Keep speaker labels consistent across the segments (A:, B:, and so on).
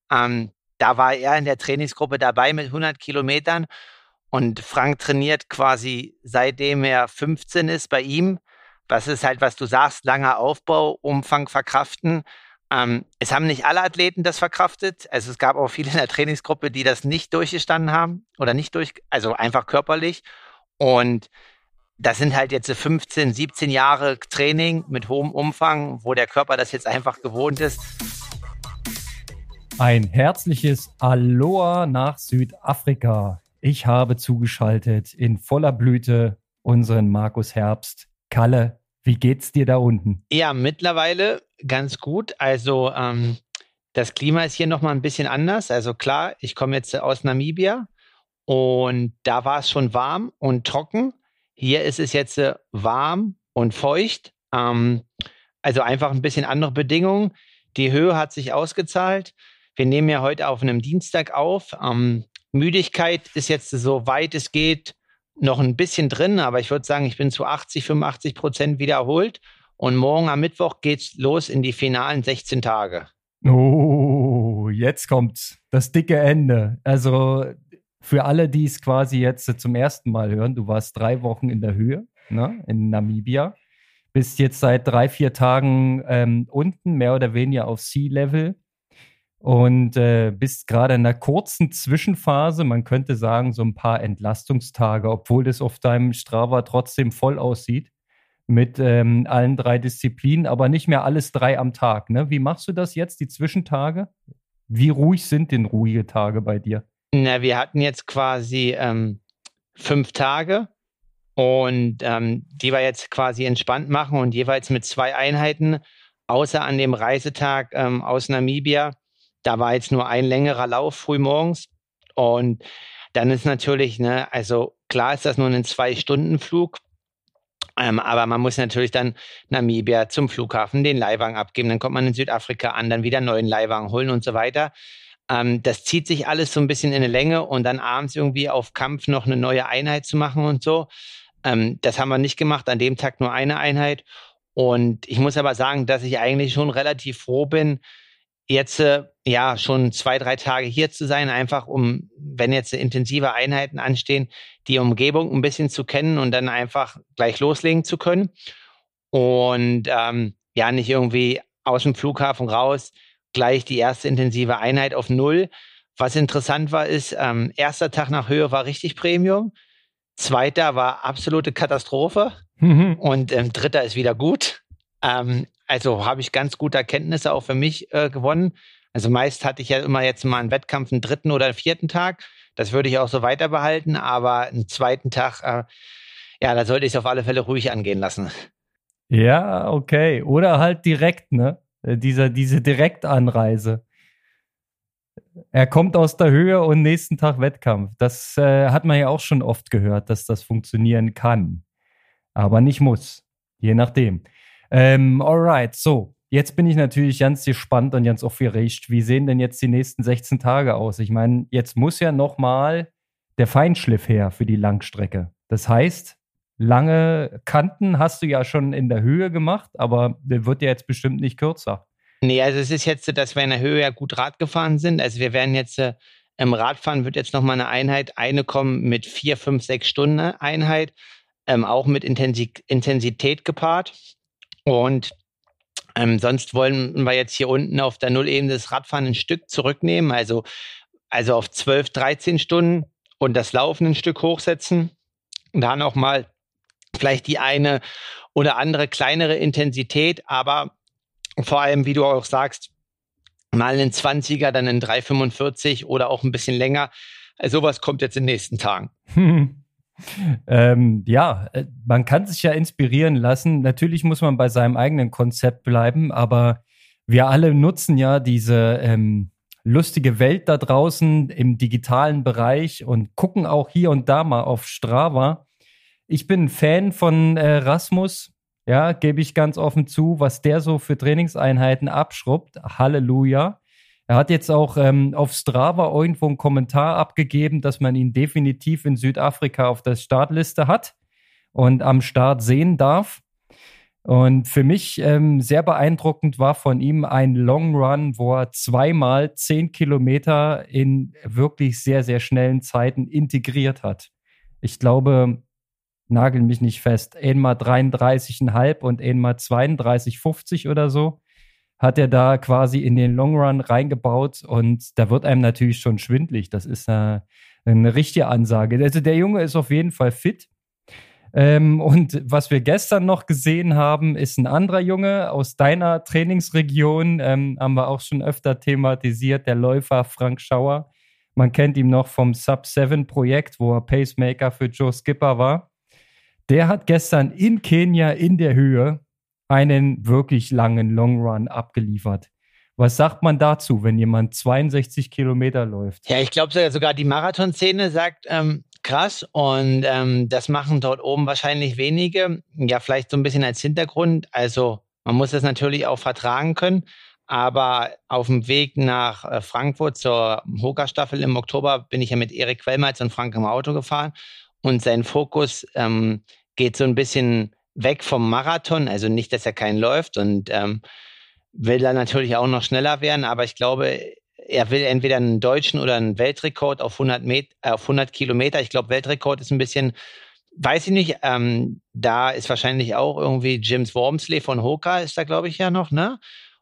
A: Da war er in der Trainingsgruppe dabei mit 100 Kilometern und Frank trainiert quasi seitdem er 15 ist bei ihm. Was ist halt, was du sagst, langer Aufbau, Umfang verkraften. Es haben nicht alle Athleten das verkraftet. Also es gab auch viele in der Trainingsgruppe, die das nicht durchgestanden haben oder nicht also einfach körperlich. Und das sind halt jetzt 15, 17 Jahre Training mit hohem Umfang, wo der Körper das jetzt einfach gewohnt ist.
B: Ein herzliches Aloha nach Südafrika. Ich habe zugeschaltet in voller Blüte unseren Markus Herbst. Kalle, wie geht's dir da unten?
A: Ja, mittlerweile ganz gut. Also das Klima ist hier nochmal ein bisschen anders. Also klar, ich komme jetzt aus Namibia und da war es schon warm und trocken. Hier ist es jetzt warm und feucht. Also einfach ein bisschen andere Bedingungen. Die Höhe hat sich ausgezahlt. Wir nehmen ja heute auf einem Dienstag auf. Müdigkeit ist jetzt so weit es geht noch ein bisschen drin, aber ich würde sagen, ich bin zu 80-85% wiederholt. Und morgen am Mittwoch geht's los in die finalen 16 Tage.
B: Oh, jetzt kommt das dicke Ende. Also für alle, die es quasi jetzt zum ersten Mal hören, du warst 3 Wochen in der Höhe, ne, in Namibia, bist jetzt seit 3-4 Tagen unten, mehr oder weniger auf Sea-Level und bist gerade in einer kurzen Zwischenphase, man könnte sagen so ein paar Entlastungstage, obwohl das auf deinem Strava trotzdem voll aussieht mit allen 3 Disziplinen, aber nicht mehr alles 3 am Tag. Ne? Wie machst du das jetzt, die Zwischentage? Wie ruhig sind denn ruhige Tage bei dir?
A: Na, wir hatten jetzt quasi 5 Tage und die wir jetzt quasi entspannt machen und jeweils mit 2 Einheiten, außer an dem Reisetag aus Namibia. Da war jetzt nur ein längerer Lauf frühmorgens und dann ist natürlich, ne, also klar ist das nur ein 2-Stunden-Flug, aber man muss natürlich dann Namibia zum Flughafen den Leihwagen abgeben, dann kommt man in Südafrika an, dann wieder einen neuen Leihwagen holen und so weiter. Das zieht sich alles so ein bisschen in eine Länge und dann abends irgendwie auf Kampf noch eine neue Einheit zu machen und so. Das haben wir nicht gemacht, an dem Tag nur eine Einheit. Und ich muss aber sagen, dass ich eigentlich schon relativ froh bin, jetzt ja schon 2-3 Tage hier zu sein, einfach um, wenn jetzt intensive Einheiten anstehen, die Umgebung ein bisschen zu kennen und dann einfach gleich loslegen zu können. Und ja, nicht irgendwie aus dem Flughafen raus, gleich die erste intensive Einheit auf 0. Was interessant war, ist, erster Tag nach Höhe war richtig Premium, zweiter war absolute Katastrophe und dritter ist wieder gut. Also habe ich ganz gute Erkenntnisse auch für mich gewonnen. Also meist hatte ich ja immer jetzt mal einen Wettkampf, einen 3. oder 4. Tag. Das würde ich auch so weiter behalten, aber einen 2. Tag, ja, da sollte ich es auf alle Fälle ruhig angehen lassen.
B: Ja, okay. Oder halt direkt, ne? Diese Direktanreise. Er kommt aus der Höhe und nächsten Tag Wettkampf. Das hat man ja auch schon oft gehört, dass das funktionieren kann. Aber nicht muss. Je nachdem. Alright, so. Jetzt bin ich natürlich ganz gespannt und ganz aufgeregt. Wie sehen denn jetzt die nächsten 16 Tage aus? Ich meine, jetzt muss ja nochmal der Feinschliff her für die Langstrecke. Das heißt, lange Kanten hast du ja schon in der Höhe gemacht, aber der wird ja jetzt bestimmt nicht kürzer.
A: Nee, also es ist jetzt so, dass wir in der Höhe ja gut Rad gefahren sind. Also wir werden jetzt im Radfahren wird jetzt nochmal eine Einheit, eine kommen mit 4, 5, 6 Stunden Einheit, auch mit Intensität gepaart. Und sonst wollen wir jetzt hier unten auf der Nullebene das Radfahren ein Stück zurücknehmen, also auf 12, 13 Stunden und das Laufen ein Stück hochsetzen. Und dann auch mal vielleicht die eine oder andere kleinere Intensität, aber vor allem, wie du auch sagst, mal einen 20er, dann einen 3,45 oder auch ein bisschen länger. Also sowas kommt jetzt in den nächsten Tagen.
B: Ja, man kann sich ja inspirieren lassen. Natürlich muss man bei seinem eigenen Konzept bleiben, aber wir alle nutzen ja diese lustige Welt da draußen im digitalen Bereich und gucken auch hier und da mal auf Strava. Ich bin ein Fan von Rasmus, ja, gebe ich ganz offen zu, was der so für Trainingseinheiten abschrubbt. Halleluja. Er hat jetzt auch auf Strava irgendwo einen Kommentar abgegeben, dass man ihn definitiv in Südafrika auf der Startliste hat und am Start sehen darf. Und für mich sehr beeindruckend war von ihm ein Long Run, wo er zweimal 10 Kilometer in wirklich sehr, sehr schnellen Zeiten integriert hat. Ich glaube, nagel mich nicht fest, einmal 33,5 und einmal 32,50 oder so, hat er da quasi in den Long Run reingebaut und da wird einem natürlich schon schwindlig. Das ist eine richtige Ansage. Also der Junge ist auf jeden Fall fit. Und was wir gestern noch gesehen haben, ist ein anderer Junge aus deiner Trainingsregion, haben wir auch schon öfter thematisiert, der Läufer Frank Schauer. Man kennt ihn noch vom Sub-7-Projekt, wo er Pacemaker für Joe Skipper war. Der hat gestern in Kenia in der Höhe einen wirklich langen Long Run abgeliefert. Was sagt man dazu, wenn jemand 62 Kilometer läuft?
A: Ja, ich glaube sogar die Marathonszene sagt, krass, und das machen dort oben wahrscheinlich wenige. Ja, vielleicht so ein bisschen als Hintergrund. Also man muss das natürlich auch vertragen können, aber auf dem Weg nach Frankfurt zur Hoka-Staffel im Oktober bin ich ja mit Erik Quellmeitz und Frank im Auto gefahren und sein Fokus geht so ein bisschen weg vom Marathon, also nicht, dass er keinen läuft und will dann natürlich auch noch schneller werden, aber ich glaube, er will entweder einen deutschen oder einen Weltrekord auf 100 Kilometer. Ich glaube, Weltrekord ist ein bisschen, weiß ich nicht, da ist wahrscheinlich auch irgendwie James Wormsley von Hoka ist da, glaube ich, ja noch, ne?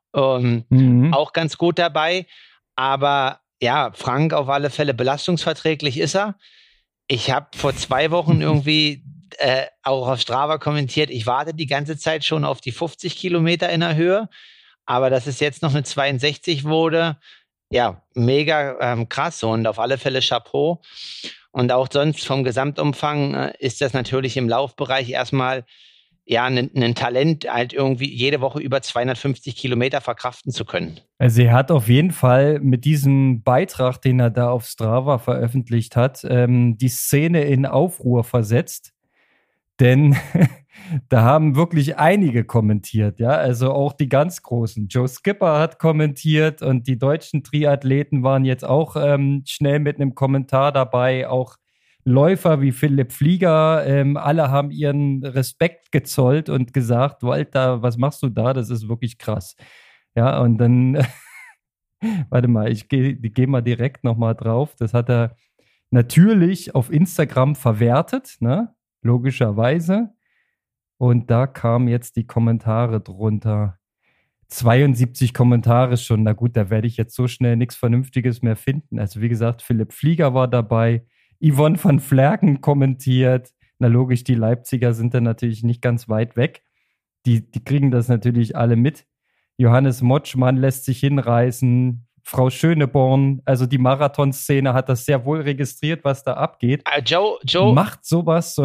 A: Auch ganz gut dabei. Aber ja, Frank auf alle Fälle belastungsverträglich ist er. Ich habe vor 2 Wochen irgendwie auch auf Strava kommentiert, ich warte die ganze Zeit schon auf die 50 Kilometer in der Höhe, aber dass es jetzt noch eine 62 wurde, ja, mega krass und auf alle Fälle Chapeau. Und auch sonst vom Gesamtumfang ist das natürlich im Laufbereich erstmal ja ein Talent, halt irgendwie jede Woche über 250 Kilometer verkraften zu können.
B: Also er hat auf jeden Fall mit diesem Beitrag, den er da auf Strava veröffentlicht hat, die Szene in Aufruhr versetzt. Denn da haben wirklich einige kommentiert, ja, also auch die ganz Großen. Joe Skipper hat kommentiert und die deutschen Triathleten waren jetzt auch schnell mit einem Kommentar dabei. Auch Läufer wie Philipp Flieger, alle haben ihren Respekt gezollt und gesagt, Walter, was machst du da? Das ist wirklich krass. Ja, und dann, warte mal, ich geh mal direkt nochmal drauf. Das hat er natürlich auf Instagram verwertet, ne? Logischerweise. Und da kamen jetzt die Kommentare drunter. 72 Kommentare schon. Na gut, da werde ich jetzt so schnell nichts Vernünftiges mehr finden. Also wie gesagt, Philipp Flieger war dabei. Yvonne van Vlerken kommentiert. Na logisch, die Leipziger sind dann natürlich nicht ganz weit weg. Die kriegen das natürlich alle mit. Johannes Motschmann lässt sich hinreißen. Frau Schöneborn, also die Marathonszene hat das sehr wohl registriert, was da abgeht.
A: Joe
B: macht sowas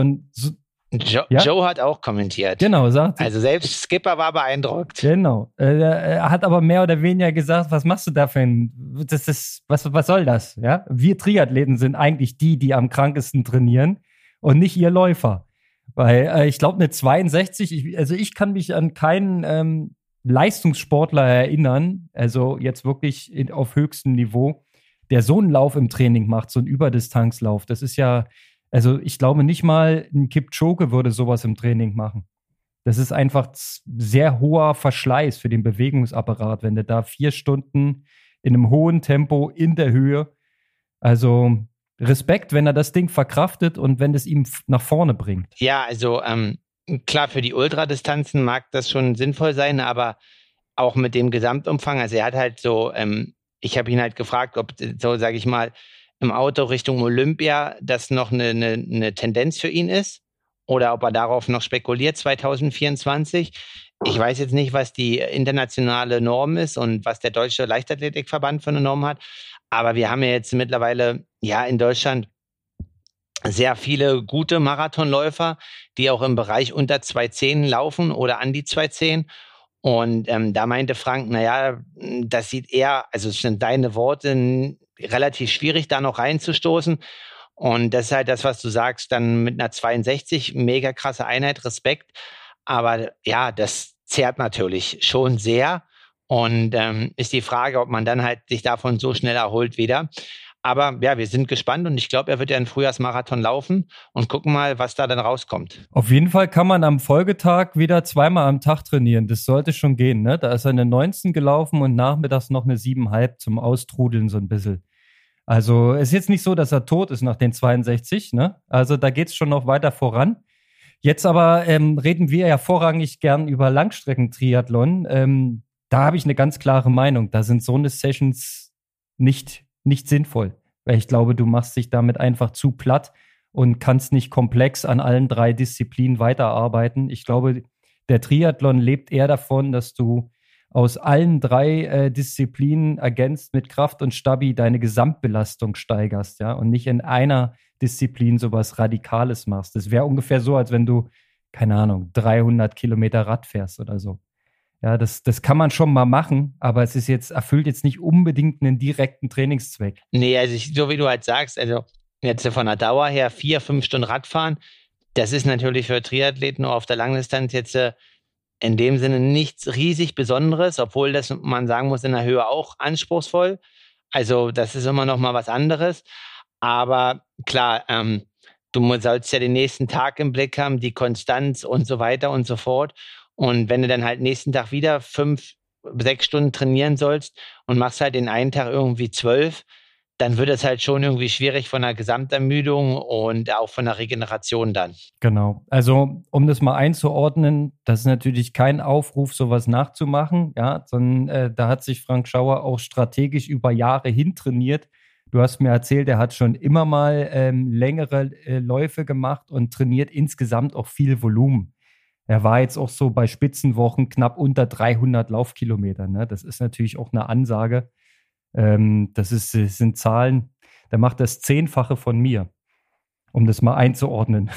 A: Joe hat auch kommentiert.
B: Genau, sagt
A: also selbst Skipper war beeindruckt.
B: Genau. Er hat aber mehr oder weniger gesagt, was machst du da für ein, was soll das? Ja? Wir Triathleten sind eigentlich die am krankesten trainieren und nicht ihr Läufer. Weil ich glaube, eine 62, ich kann mich an keinen Leistungssportler erinnern, also jetzt wirklich auf höchstem Niveau, der so einen Lauf im Training macht, so einen Überdistanzlauf. Das ist ja, also ich glaube nicht mal ein Kipchoge würde sowas im Training machen. Das ist einfach sehr hoher Verschleiß für den Bewegungsapparat, wenn du da 4 Stunden in einem hohen Tempo in der Höhe, also Respekt, wenn er das Ding verkraftet und wenn es ihm nach vorne bringt.
A: Ja, also klar, für die Ultradistanzen mag das schon sinnvoll sein, aber auch mit dem Gesamtumfang, also er hat halt so, ich habe ihn halt gefragt, ob so, sage ich mal, im Auto Richtung Olympia das noch eine Tendenz für ihn ist oder ob er darauf noch spekuliert 2024. Ich weiß jetzt nicht, was die internationale Norm ist und was der Deutsche Leichtathletikverband für eine Norm hat, aber wir haben ja jetzt mittlerweile ja in Deutschland sehr viele gute Marathonläufer, die auch im Bereich unter 2,10 laufen oder an die 2,10. Und da meinte Frank, naja, das sieht eher, also es sind deine Worte, relativ schwierig, da noch reinzustoßen. Und das ist halt das, was du sagst, dann mit einer 62, mega krasse Einheit, Respekt. Aber ja, das zehrt natürlich schon sehr. Und ist die Frage, ob man dann halt sich davon so schnell erholt wieder. Aber ja, wir sind gespannt und ich glaube, er wird ja einen Frühjahrsmarathon laufen und gucken mal, was da dann rauskommt.
B: Auf jeden Fall kann man am Folgetag wieder 2-mal am Tag trainieren. Das sollte schon gehen, ne? Da ist er eine 19 gelaufen und nachmittags noch eine 7,5 zum Austrudeln so ein bisschen. Also es ist jetzt nicht so, dass er tot ist nach den 62, ne? Also da geht es schon noch weiter voran. Jetzt aber reden wir ja vorrangig gern über Langstreckentriathlon. Da habe ich eine ganz klare Meinung. Da sind so eine Sessions nicht sinnvoll. Weil ich glaube, du machst dich damit einfach zu platt und kannst nicht komplex an allen 3 Disziplinen weiterarbeiten. Ich glaube, der Triathlon lebt eher davon, dass du aus allen 3 Disziplinen ergänzt mit Kraft und Stabi deine Gesamtbelastung steigerst, ja, und nicht in einer Disziplin sowas Radikales machst. Das wäre ungefähr so, als wenn du, keine Ahnung, 300 Kilometer Rad fährst oder so. Ja, das kann man schon mal machen, aber erfüllt jetzt nicht unbedingt einen direkten Trainingszweck.
A: Nee, also so wie du halt sagst, also jetzt von der Dauer her 4-5 Stunden Radfahren, das ist natürlich für Triathleten nur auf der Langdistanz jetzt in dem Sinne nichts riesig Besonderes, obwohl das, man sagen muss, in der Höhe auch anspruchsvoll. Also das ist immer noch mal was anderes. Aber klar, du sollst ja den nächsten Tag im Blick haben, die Konstanz und so weiter und so fort. Und wenn du dann halt nächsten Tag wieder 5-6 Stunden trainieren sollst und machst halt den einen Tag irgendwie 12, dann wird es halt schon irgendwie schwierig von der Gesamtermüdung und auch von der Regeneration dann.
B: Genau. Also, um das mal einzuordnen, das ist natürlich kein Aufruf, sowas nachzumachen, ja, sondern da hat sich Frank Schauer auch strategisch über Jahre hin trainiert. Du hast mir erzählt, er hat schon immer mal längere Läufe gemacht und trainiert insgesamt auch viel Volumen. Er war jetzt auch so bei Spitzenwochen knapp unter 300 Laufkilometern, ne? Das ist natürlich auch eine Ansage. Das sind Zahlen, der macht das 10-fache von mir, um das mal einzuordnen.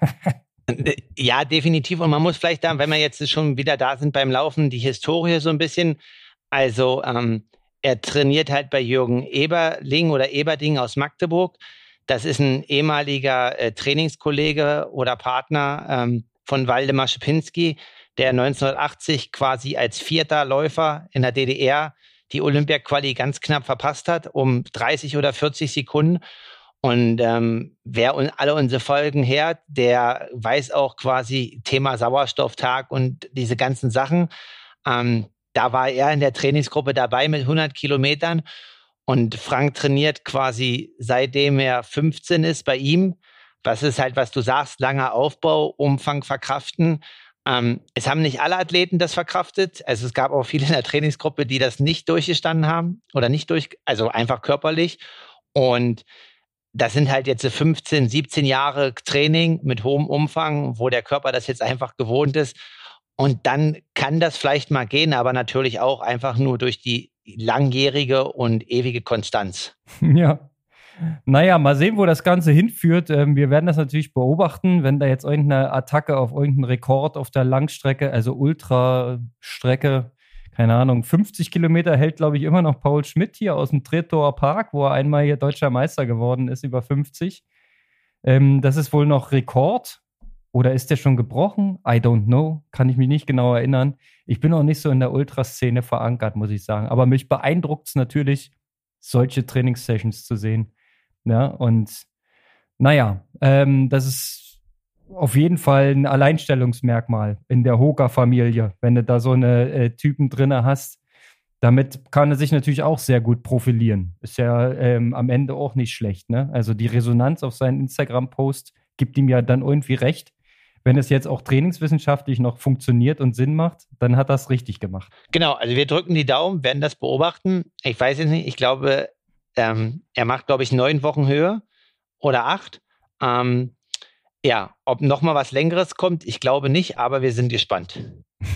A: Ja, definitiv. Und man muss vielleicht da, wenn wir jetzt schon wieder da sind beim Laufen, die Historie so ein bisschen, also er trainiert halt bei Jürgen Eberling oder Eberding aus Magdeburg. Das ist ein ehemaliger Trainingskollege oder Partner von Waldemar Schipinski, der 1980 quasi als 4. Läufer in der DDR die Olympia-Quali ganz knapp verpasst hat, um 30 oder 40 Sekunden. Und wer alle unsere Folgen hört, der weiß auch quasi Thema Sauerstofftag und diese ganzen Sachen. Da war er in der Trainingsgruppe dabei mit 100 Kilometern. Und Frank trainiert quasi seitdem er 15 ist bei ihm. Was ist halt, was du sagst, langer Aufbau, Umfang verkraften. Es haben nicht alle Athleten das verkraftet. Also es gab auch viele in der Trainingsgruppe, die das nicht durchgestanden haben oder also einfach körperlich. Und das sind halt jetzt 15, 17 Jahre Training mit hohem Umfang, wo der Körper das jetzt einfach gewohnt ist. Und dann kann das vielleicht mal gehen, aber natürlich auch einfach nur durch die langjährige und ewige Konstanz.
B: Ja. Naja, mal sehen, wo das Ganze hinführt. Wir werden das natürlich beobachten, wenn da jetzt irgendeine Attacke auf irgendeinen Rekord auf der Langstrecke, also Ultrastrecke, keine Ahnung, 50 Kilometer hält, glaube ich, immer noch Paul Schmidt hier aus dem Tretower Park, wo er einmal hier deutscher Meister geworden ist, über 50. Das ist wohl noch Rekord. Oder ist der schon gebrochen? I don't know. Kann ich mich nicht genau erinnern. Ich bin auch nicht so in der Ultraszene verankert, muss ich sagen. Aber mich beeindruckt es natürlich, solche Trainingssessions zu sehen. Ja, und naja, das ist auf jeden Fall ein Alleinstellungsmerkmal in der Hoka-Familie, wenn du da so eine Typen drinne hast. Damit kann er sich natürlich auch sehr gut profilieren. Ist ja am Ende auch nicht schlecht, ne? Also die Resonanz auf seinen Instagram-Post gibt ihm ja dann irgendwie recht. Wenn es jetzt auch trainingswissenschaftlich noch funktioniert und Sinn macht, dann hat er es richtig gemacht.
A: Genau, also wir drücken die Daumen, werden das beobachten. Ich weiß jetzt nicht, ich glaube, er macht, glaube ich, 9 Wochen Höhe oder 8. Ja, ob noch mal was Längeres kommt, ich glaube nicht, aber wir sind gespannt.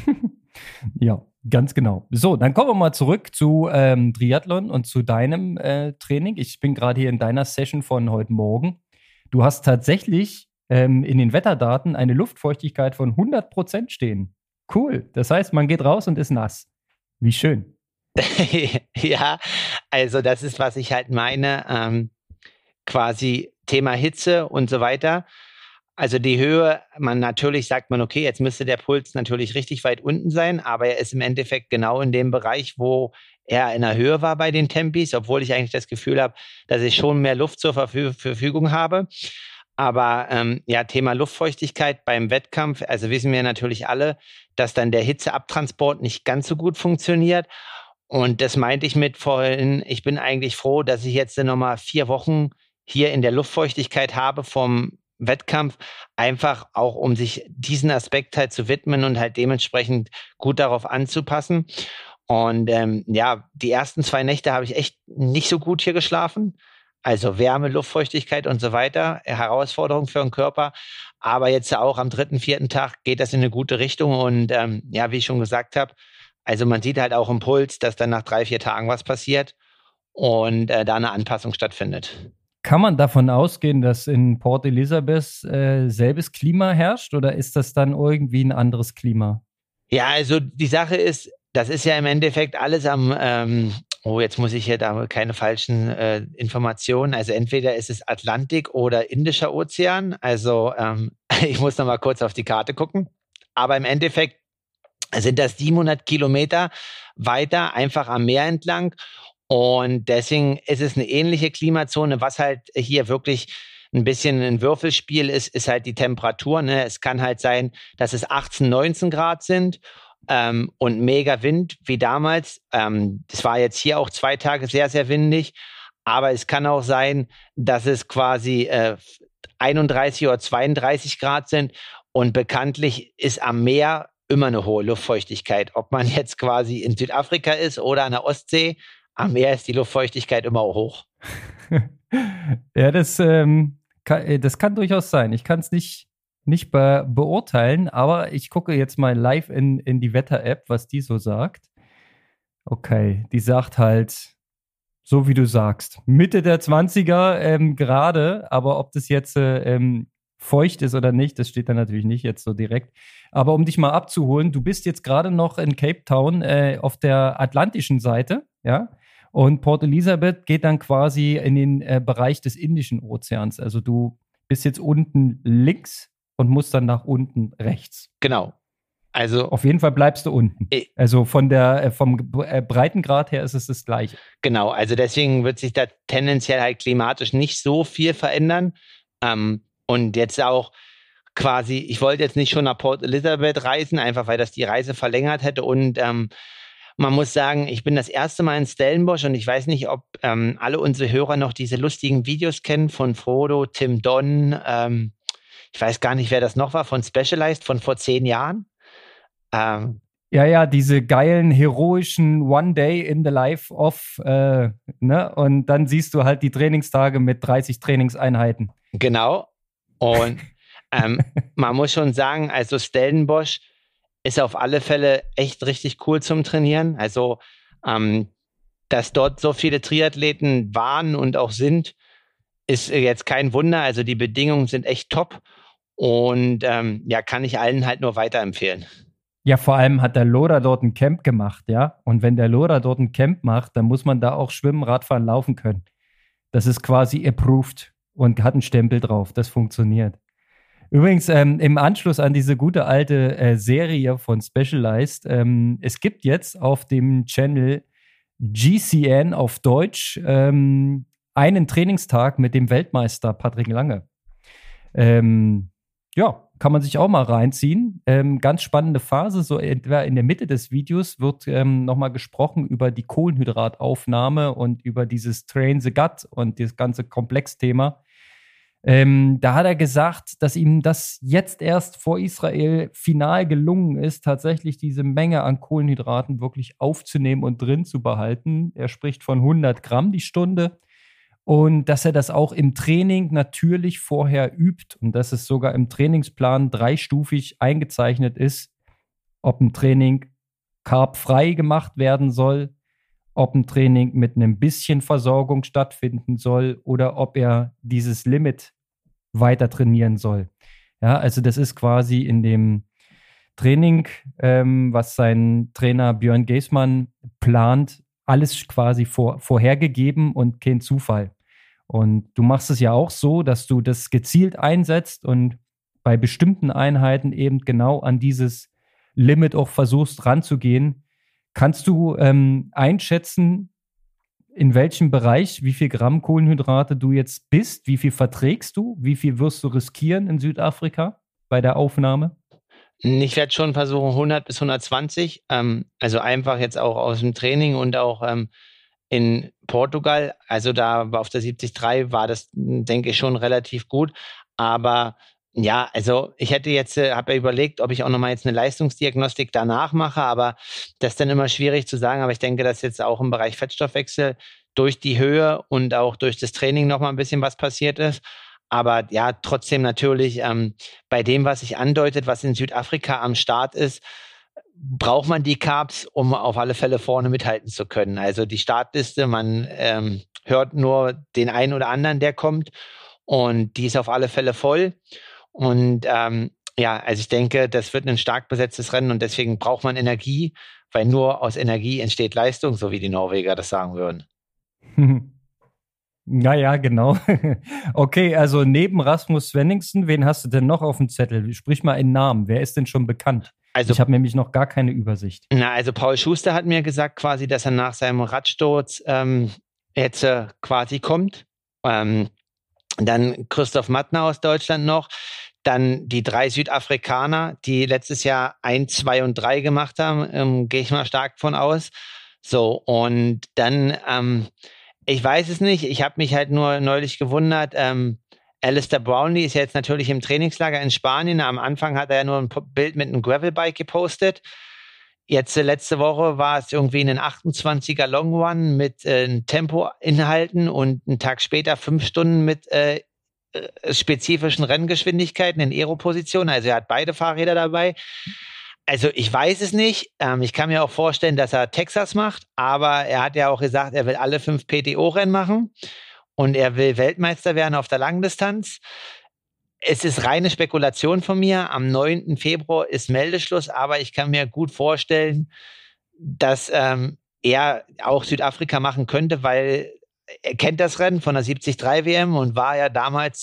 B: Ja, ganz genau. So, dann kommen wir mal zurück zu Triathlon und zu deinem Training. Ich bin gerade hier in deiner Session von heute Morgen. Du hast tatsächlich in den Wetterdaten eine Luftfeuchtigkeit von 100% stehen. Cool. Das heißt, man geht raus und ist nass. Wie schön.
A: Ja, also das ist, was ich halt meine, quasi Thema Hitze und so weiter. Also die Höhe, sagt man, okay, jetzt müsste der Puls natürlich richtig weit unten sein, aber er ist im Endeffekt genau in dem Bereich, wo eher in der Höhe war bei den Tempis, obwohl ich eigentlich das Gefühl habe, dass ich schon mehr Luft zur Verfügung habe. Aber ja, Thema Luftfeuchtigkeit beim Wettkampf, also wissen wir natürlich alle, dass dann der Hitzeabtransport nicht ganz so gut funktioniert. Und das meinte ich mit vorhin, ich bin eigentlich froh, dass ich jetzt nochmal 4 Wochen hier in der Luftfeuchtigkeit habe vom Wettkampf, einfach auch um sich diesen Aspekt halt zu widmen und halt dementsprechend gut darauf anzupassen. Und ja, die ersten 2 Nächte habe ich echt nicht so gut hier geschlafen. Also Wärme, Luftfeuchtigkeit und so weiter, Herausforderung für den Körper. Aber jetzt auch am 3., 4. Tag geht das in eine gute Richtung. Und ja, wie ich schon gesagt habe, also man sieht halt auch im Puls, dass dann nach 3, 4 Tagen was passiert und da eine Anpassung stattfindet.
B: Kann man davon ausgehen, dass in Port Elizabeth selbes Klima herrscht oder ist das dann irgendwie ein anderes Klima?
A: Ja, also die Sache ist, das ist ja im Endeffekt alles jetzt muss ich hier da keine falschen Informationen. Also entweder ist es Atlantik oder Indischer Ozean. Also ich muss noch mal kurz auf die Karte gucken. Aber im Endeffekt sind das 700 Kilometer weiter, einfach am Meer entlang. Und deswegen ist es eine ähnliche Klimazone. Was halt hier wirklich ein bisschen ein Würfelspiel ist, ist halt die Temperatur. Ne? Es kann halt sein, dass es 18, 19 Grad sind und mega Wind wie damals. Es war jetzt hier auch 2 Tage sehr, sehr windig. Aber es kann auch sein, dass es quasi 31 oder 32 Grad sind. Und bekanntlich ist am Meer immer eine hohe Luftfeuchtigkeit. Ob man jetzt quasi in Südafrika ist oder an der Ostsee, am Meer ist die Luftfeuchtigkeit immer hoch.
B: Ja, das kann durchaus sein. Ich kann es nicht beurteilen, aber ich gucke jetzt mal live in die Wetter-App, was die so sagt. Okay, die sagt halt, so wie du sagst, Mitte der 20er gerade, aber ob das jetzt feucht ist oder nicht, das steht da natürlich nicht jetzt so direkt. Aber um dich mal abzuholen, du bist jetzt gerade noch in Cape Town auf der atlantischen Seite, ja? Und Port Elizabeth geht dann quasi in den Bereich des Indischen Ozeans. Also du bist jetzt unten links und musst dann nach unten rechts.
A: Genau. Also
B: auf jeden Fall bleibst du unten. Also vom Breitengrad her ist es das Gleiche.
A: Genau, also deswegen wird sich da tendenziell halt klimatisch nicht so viel verändern. Und jetzt auch quasi, ich wollte jetzt nicht schon nach Port Elizabeth reisen, einfach weil das die Reise verlängert hätte. Und man muss sagen, ich bin das erste Mal in Stellenbosch und ich weiß nicht, ob alle unsere Hörer noch diese lustigen Videos kennen von Frodo, Tim Don, ich weiß gar nicht, wer das noch war, von Specialized von vor 10 Jahren.
B: Ja, diese geilen, heroischen One Day in the Life of, ne? Und dann siehst du halt die Trainingstage mit 30 Trainingseinheiten.
A: Genau. Und man muss schon sagen, also Stellenbosch ist auf alle Fälle echt richtig cool zum Trainieren. Also, dass dort so viele Triathleten waren und auch sind, ist jetzt kein Wunder. Also die Bedingungen sind echt top und ja, kann ich allen halt nur weiterempfehlen.
B: Ja, vor allem hat der Loda dort ein Camp gemacht, ja. Und wenn der Loda dort ein Camp macht, dann muss man da auch schwimmen, Radfahren, laufen können. Das ist quasi approved und hat einen Stempel drauf. Das funktioniert. Übrigens, im Anschluss an diese gute alte Serie von Specialized, es gibt jetzt auf dem Channel GCN auf Deutsch einen Trainingstag mit dem Weltmeister Patrick Lange. Ja, kann man sich auch mal reinziehen. Ganz spannende Phase, so etwa in der Mitte des Videos wird nochmal gesprochen über die Kohlenhydrataufnahme und über dieses Train the Gut und das ganze Komplexthema. Da hat er gesagt, dass ihm das jetzt erst vor Israel final gelungen ist, tatsächlich diese Menge an Kohlenhydraten wirklich aufzunehmen und drin zu behalten. Er spricht von 100 Gramm die Stunde. Und dass er das auch im Training natürlich vorher übt und dass es sogar im Trainingsplan 3-stufig eingezeichnet ist, ob ein Training carbfrei gemacht werden soll, ob ein Training mit einem bisschen Versorgung stattfinden soll oder ob er dieses Limit weiter trainieren soll. Ja, also das ist quasi in dem Training, was sein Trainer Björn Geßmann plant, alles quasi vorhergegeben und kein Zufall. Und du machst es ja auch so, dass du das gezielt einsetzt und bei bestimmten Einheiten eben genau an dieses Limit auch versuchst ranzugehen. Kannst du einschätzen, in welchem Bereich, wie viel Gramm Kohlenhydrate du jetzt bist? Wie viel verträgst du? Wie viel wirst du riskieren in Südafrika bei der Aufnahme?
A: Ich werde schon versuchen, 100 bis 120. Also einfach jetzt auch aus dem Training und auch in Portugal. Also da auf der 73 war das, denke ich, schon relativ gut. Aber ja, also ich hätte jetzt, habe ja überlegt, ob ich auch nochmal jetzt eine Leistungsdiagnostik danach mache, aber das ist dann immer schwierig zu sagen. Aber ich denke, dass jetzt auch im Bereich Fettstoffwechsel durch die Höhe und auch durch das Training nochmal ein bisschen was passiert ist. Aber ja, trotzdem natürlich bei dem, was sich andeutet, was in Südafrika am Start ist, braucht man die Carbs, um auf alle Fälle vorne mithalten zu können. Also die Startliste, man hört nur den einen oder anderen, der kommt, und die ist auf alle Fälle voll. Und ja, also ich denke, das wird ein stark besetztes Rennen und deswegen braucht man Energie, weil nur aus Energie entsteht Leistung, so wie die Norweger das sagen würden.
B: Naja, genau. Okay, also neben Rasmus Svenningsen, wen hast du denn noch auf dem Zettel? Sprich mal in Namen. Wer ist denn schon bekannt? Also, ich habe nämlich noch gar keine Übersicht.
A: Also Paul Schuster hat mir gesagt quasi, dass er nach seinem Radsturz jetzt quasi kommt. Dann Christoph Mattner aus Deutschland noch. Dann die 3 Südafrikaner, die letztes Jahr 1, 2 und 3 gemacht haben, gehe ich mal stark von aus. So, und dann, ich weiß es nicht, ich habe mich halt nur neulich gewundert, Alistair Brownlee ist ja jetzt natürlich im Trainingslager in Spanien. Am Anfang hat er ja nur ein Bild mit einem Gravelbike gepostet. Jetzt letzte Woche war es irgendwie ein 28er Long Run mit Tempoinhalten und einen Tag später 5 Stunden mit spezifischen Renngeschwindigkeiten in Aero-Positionen. Also er hat beide Fahrräder dabei. Also ich weiß es nicht. Ich kann mir auch vorstellen, dass er Texas macht, aber er hat ja auch gesagt, er will alle 5 PTO-Rennen machen und er will Weltmeister werden auf der Langdistanz. Es ist reine Spekulation von mir. Am 9. Februar ist Meldeschluss, aber ich kann mir gut vorstellen, dass er auch Südafrika machen könnte, weil er kennt das Rennen von der 73 WM und war ja damals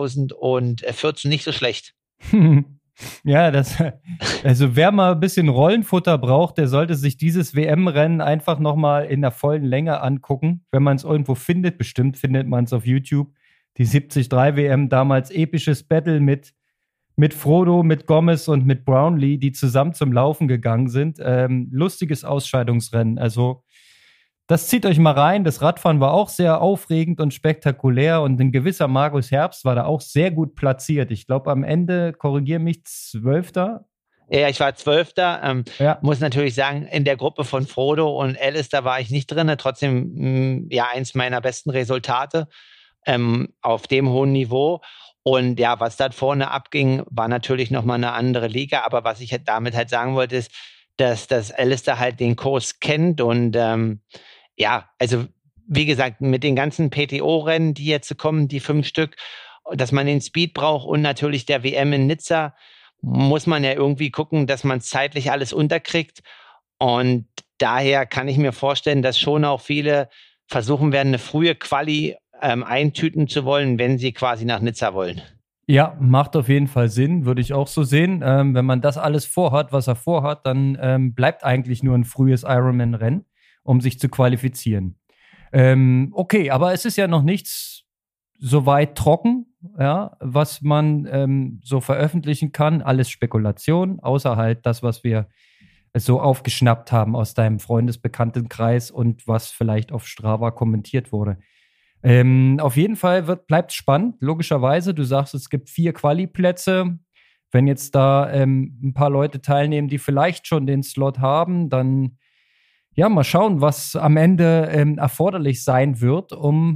A: 2014 nicht so schlecht.
B: Ja, also wer mal ein bisschen Rollenfutter braucht, der sollte sich dieses WM-Rennen einfach nochmal in der vollen Länge angucken. Wenn man es irgendwo findet, bestimmt findet man es auf YouTube. Die 73 WM, damals episches Battle mit Frodo, mit Gomez und mit Brownlee, die zusammen zum Laufen gegangen sind. Lustiges Ausscheidungsrennen. Also das zieht euch mal rein. Das Radfahren war auch sehr aufregend und spektakulär und ein gewisser Markus Herbst war da auch sehr gut platziert. Ich glaube, am Ende, korrigiere mich, 12.
A: Ja, ich war 12. Ja. Muss natürlich sagen, in der Gruppe von Frodo und Alistair war ich nicht drin. Trotzdem, ja, eins meiner besten Resultate auf dem hohen Niveau. Und ja, was da vorne abging, war natürlich nochmal eine andere Liga. Aber was ich halt damit halt sagen wollte, ist, dass Alistair halt den Kurs kennt und ja, also wie gesagt, mit den ganzen PTO-Rennen, die jetzt kommen, die 5 Stück, dass man den Speed braucht und natürlich der WM in Nizza, muss man ja irgendwie gucken, dass man zeitlich alles unterkriegt. Und daher kann ich mir vorstellen, dass schon auch viele versuchen werden, eine frühe Quali eintüten zu wollen, wenn sie quasi nach Nizza wollen.
B: Ja, macht auf jeden Fall Sinn, würde ich auch so sehen. Wenn man das alles vorhat, was er vorhat, dann bleibt eigentlich nur ein frühes Ironman-Rennen, um sich zu qualifizieren. Okay, aber es ist ja noch nichts so weit trocken, ja, was man so veröffentlichen kann. Alles Spekulation, außer halt das, was wir so aufgeschnappt haben aus deinem Freundesbekanntenkreis und was vielleicht auf Strava kommentiert wurde. Auf jeden Fall bleibt es spannend, logischerweise. Du sagst, es gibt 4 Quali-Plätze. Wenn jetzt da ein paar Leute teilnehmen, die vielleicht schon den Slot haben, dann ja, mal schauen, was am Ende erforderlich sein wird, um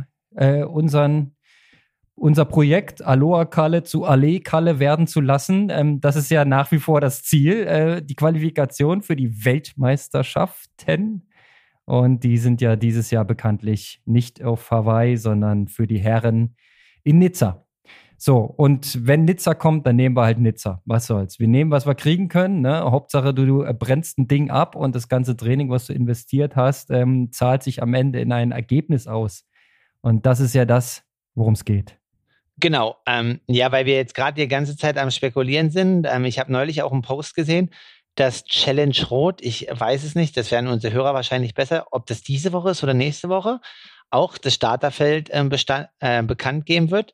B: unser Projekt Aloha Kalle zu Ale Kalle werden zu lassen. Das ist ja nach wie vor das Ziel, die Qualifikation für die Weltmeisterschaften. Und die sind ja dieses Jahr bekanntlich nicht auf Hawaii, sondern für die Herren in Nizza. So, und wenn Nizza kommt, dann nehmen wir halt Nizza. Was soll's? Wir nehmen, was wir kriegen können. Ne? Hauptsache, du brennst ein Ding ab und das ganze Training, was du investiert hast, zahlt sich am Ende in ein Ergebnis aus. Und das ist ja das, worum es geht.
A: Genau. Ja, weil wir jetzt gerade die ganze Zeit am Spekulieren sind. Ich habe neulich auch einen Post gesehen. das Challenge Rot, ich weiß es nicht, das werden unsere Hörer wahrscheinlich besser, ob das diese Woche ist oder nächste Woche, auch das Starterfeld bekannt geben wird.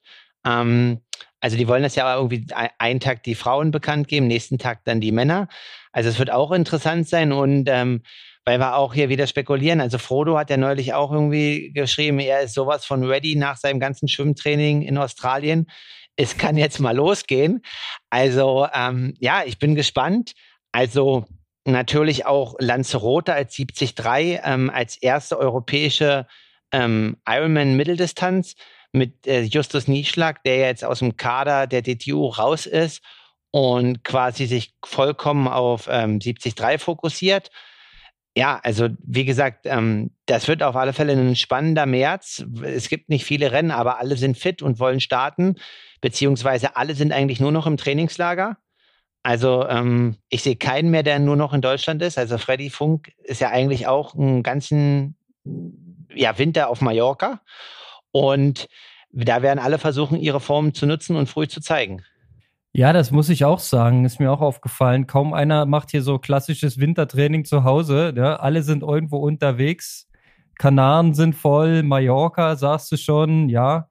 A: Also die wollen das ja irgendwie einen Tag die Frauen bekannt geben, nächsten Tag dann die Männer. Also es wird auch interessant sein und weil wir auch hier wieder spekulieren. Also Frodo hat ja neulich auch irgendwie geschrieben, er ist sowas von ready nach seinem ganzen Schwimmtraining in Australien. Es kann jetzt mal losgehen. Also ja, ich bin gespannt. Also natürlich auch Lanzarote als 73, als erste europäische Ironman-Mitteldistanz mit Justus Nieschlag, der jetzt aus dem Kader der DTU raus ist und quasi sich vollkommen auf 73 fokussiert. Ja, also wie gesagt, das wird auf alle Fälle ein spannender März. Es gibt nicht viele Rennen, aber alle sind fit und wollen starten, beziehungsweise alle sind eigentlich nur noch im Trainingslager. Also ich sehe keinen mehr, der nur noch in Deutschland ist. Also Freddy Funk ist ja eigentlich auch einen ganzen Winter auf Mallorca. Und da werden alle versuchen, ihre Formen zu nutzen und früh zu zeigen.
B: Ja, das muss ich auch sagen. Ist mir auch aufgefallen. Kaum einer macht hier so klassisches Wintertraining zu Hause. Ja? Alle sind irgendwo unterwegs. Kanaren sind voll, Mallorca, sagst du schon, ja.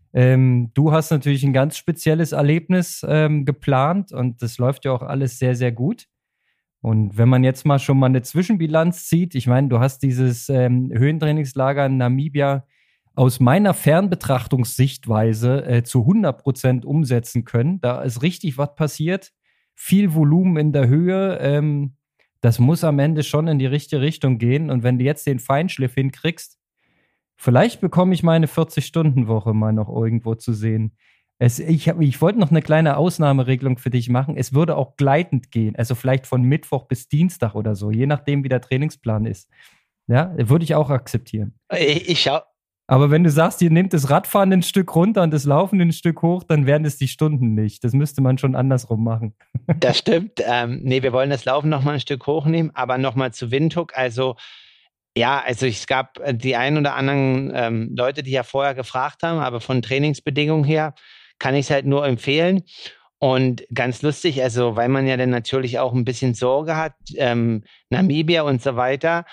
B: Du hast natürlich ein ganz spezielles Erlebnis geplant und das läuft ja auch alles sehr, sehr gut. Und wenn man jetzt mal schon mal eine Zwischenbilanz zieht, ich meine, du hast dieses Höhentrainingslager in Namibia aus meiner Fernbetrachtungssichtweise zu 100% umsetzen können. Da ist richtig was passiert. Viel Volumen in der Höhe. Das muss am Ende schon in die richtige Richtung gehen. Und wenn du jetzt den Feinschliff hinkriegst, vielleicht bekomme ich meine 40-Stunden-Woche mal noch irgendwo zu sehen. Ich wollte noch eine kleine Ausnahmeregelung für dich machen. Es würde auch gleitend gehen. Also vielleicht von Mittwoch bis Dienstag oder so, je nachdem, wie der Trainingsplan ist. Ja, würde ich auch akzeptieren.
A: Ich schau.
B: Aber wenn du sagst, ihr nehmt das Radfahren ein Stück runter und das Laufen ein Stück hoch, dann wären es die Stunden nicht. Das müsste man schon andersrum machen.
A: Das stimmt. Nee, wir wollen das Laufen nochmal ein Stück hochnehmen, aber nochmal zu Windhoek. Also ja, also es gab die ein oder anderen Leute, die ja vorher gefragt haben, aber von Trainingsbedingungen her kann ich es halt nur empfehlen. Und ganz lustig, also weil man ja dann natürlich auch ein bisschen Sorge hat, Namibia und so weiter,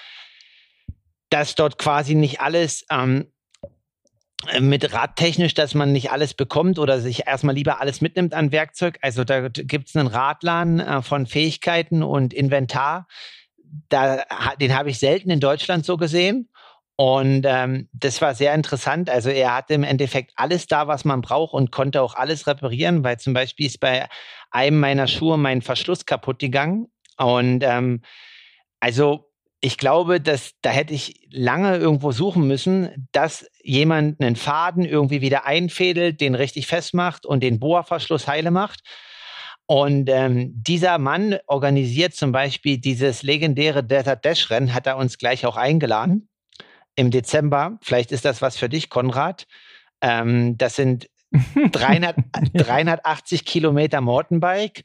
A: dass dort quasi nicht alles mit radtechnisch, dass man nicht alles bekommt oder sich erstmal lieber alles mitnimmt an Werkzeug. Also da gibt es einen Radladen von Fähigkeiten und Inventar. Den habe ich selten in Deutschland so gesehen. Und das war sehr interessant. Also er hatte im Endeffekt alles da, was man braucht und konnte auch alles reparieren, weil zum Beispiel ist bei einem meiner Schuhe mein Verschluss kaputt gegangen. Und also ich glaube, dass da hätte ich lange irgendwo suchen müssen, dass jemand einen Faden irgendwie wieder einfädelt, den richtig festmacht und den Bohrverschluss heile macht. Und dieser Mann organisiert zum Beispiel dieses legendäre Desert Dash Rennen, hat er uns gleich auch eingeladen im Dezember. Vielleicht ist das was für dich, Konrad. Das sind 380 Kilometer Mountainbike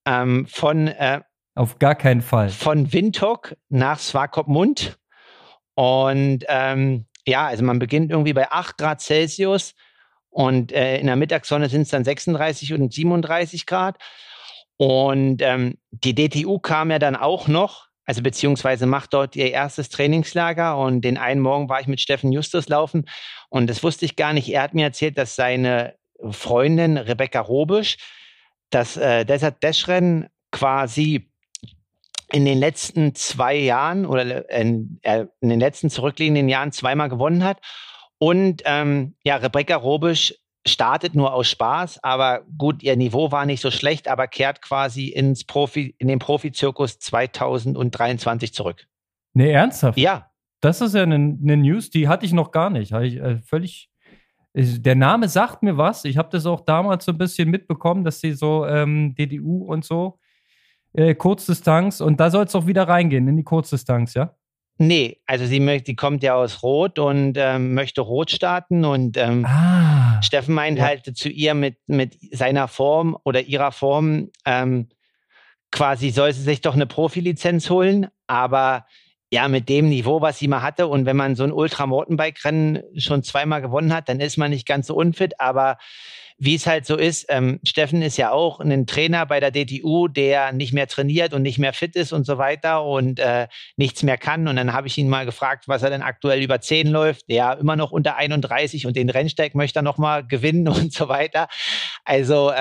B: auf gar keinen Fall.
A: Von Windhoek nach Swakopmund. Und also man beginnt irgendwie bei 8 Grad Celsius und in der Mittagssonne sind es dann 36 und 37 Grad. Und die DTU kam ja dann auch noch, also beziehungsweise macht dort ihr erstes Trainingslager. Und den einen Morgen war ich mit Steffen Justus laufen und das wusste ich gar nicht. Er hat mir erzählt, dass seine Freundin Rebecca Robisch das Desert Dash Rennen quasi in den letzten 2 Jahren oder in den letzten zurückliegenden Jahren zweimal gewonnen hat. Und Rebecca Robisch startet nur aus Spaß, aber gut, ihr Niveau war nicht so schlecht, aber kehrt quasi in den Profizirkus 2023 zurück.
B: Nee, ernsthaft?
A: Ja.
B: Das ist ja eine News, die hatte ich noch gar nicht. Der Name sagt mir was. Ich habe das auch damals so ein bisschen mitbekommen, dass sie so DDU und so Kurzdistanz und da soll es doch wieder reingehen in die Kurzdistanz, ja?
A: Nee, also sie kommt ja aus Rot und möchte Rot starten und Steffen meint halt zu ihr mit seiner Form oder ihrer Form quasi soll sie sich doch eine Profilizenz holen, aber ja, mit dem Niveau, was sie mal hatte und wenn man so ein Ultra-Mountainbike-Rennen schon zweimal gewonnen hat, dann ist man nicht ganz so unfit, aber wie es halt so ist, Steffen ist ja auch ein Trainer bei der DTU, der nicht mehr trainiert und nicht mehr fit ist und so weiter und nichts mehr kann. Und dann habe ich ihn mal gefragt, was er denn aktuell über 10 läuft. Der immer noch unter 31 und den Rennsteig möchte er nochmal gewinnen und so weiter. Also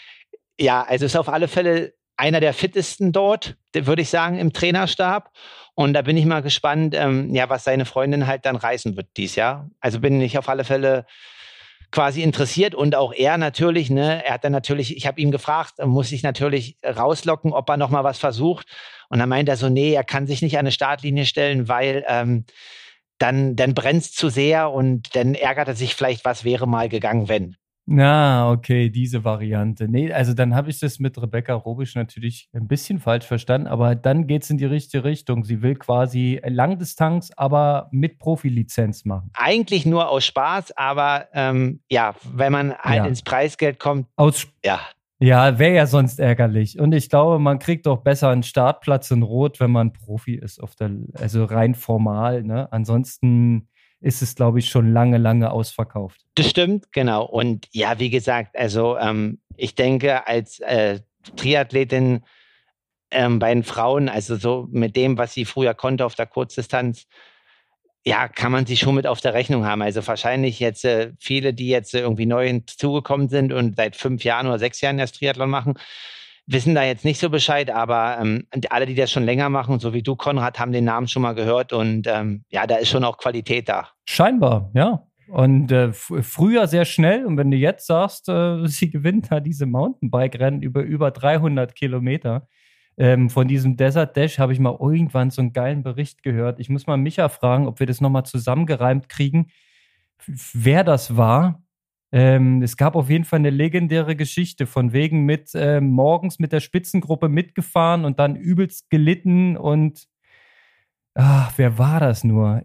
A: also ist auf alle Fälle einer der fittesten dort, würde ich sagen, im Trainerstab. Und da bin ich mal gespannt, was seine Freundin halt dann reißen wird dieses Jahr. Also bin ich auf alle Fälle quasi interessiert und auch er natürlich, ne, er hat dann natürlich, ich habe ihn gefragt, muss ich natürlich rauslocken, ob er nochmal was versucht. Und dann meint er so, nee, er kann sich nicht an eine Startlinie stellen, weil dann brennt es zu sehr und dann ärgert er sich vielleicht, was wäre mal gegangen, wenn.
B: Na, okay, diese Variante. Nee, also dann habe ich das mit Rebecca Robisch natürlich ein bisschen falsch verstanden, aber dann geht es in die richtige Richtung. Sie will quasi Langdistanz, aber mit Profilizenz machen.
A: Eigentlich nur aus Spaß, aber wenn man halt ins Preisgeld kommt.
B: Ja, wäre ja sonst ärgerlich. Und ich glaube, man kriegt doch besser einen Startplatz in Rot, wenn man Profi ist, also rein formal. Ne? Ansonsten ist es, glaube ich, schon lange ausverkauft.
A: Das stimmt, genau. Und ja, wie gesagt, also ich denke, als Triathletin bei den Frauen, also so mit dem, was sie früher konnte auf der Kurzdistanz, ja, kann man sie schon mit auf der Rechnung haben. Also wahrscheinlich jetzt viele, die jetzt irgendwie neu hinzugekommen sind und seit 5 Jahren oder 6 Jahren das Triathlon machen, wissen da jetzt nicht so Bescheid, aber alle, die das schon länger machen, so wie du, Konrad, haben den Namen schon mal gehört und da ist schon auch Qualität da.
B: Scheinbar, ja. Und früher sehr schnell und wenn du jetzt sagst, sie gewinnt da diese Mountainbike-Rennen über 300 Kilometer, von diesem Desert Dash habe ich mal irgendwann so einen geilen Bericht gehört. Ich muss mal Micha fragen, ob wir das nochmal zusammengereimt kriegen, wer das war. Es gab auf jeden Fall eine legendäre Geschichte von wegen mit morgens mit der Spitzengruppe mitgefahren und dann übelst gelitten und wer war das nur?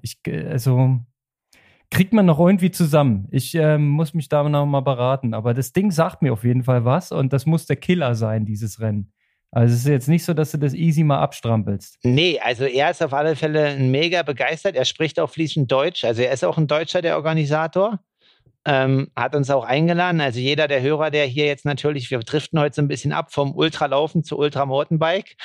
B: Kriegt man noch irgendwie zusammen. Ich muss mich da noch mal beraten, aber das Ding sagt mir auf jeden Fall was und das muss der Killer sein, dieses Rennen. Also es ist jetzt nicht so, dass du das easy mal abstrampelst.
A: Nee, also er ist auf alle Fälle mega begeistert. Er spricht auch fließend Deutsch. Also er ist auch ein Deutscher, der Organisator. Hat uns auch eingeladen. Also jeder der Hörer, der hier jetzt natürlich, wir driften heute so ein bisschen ab vom Ultralaufen zu Ultramountainbike.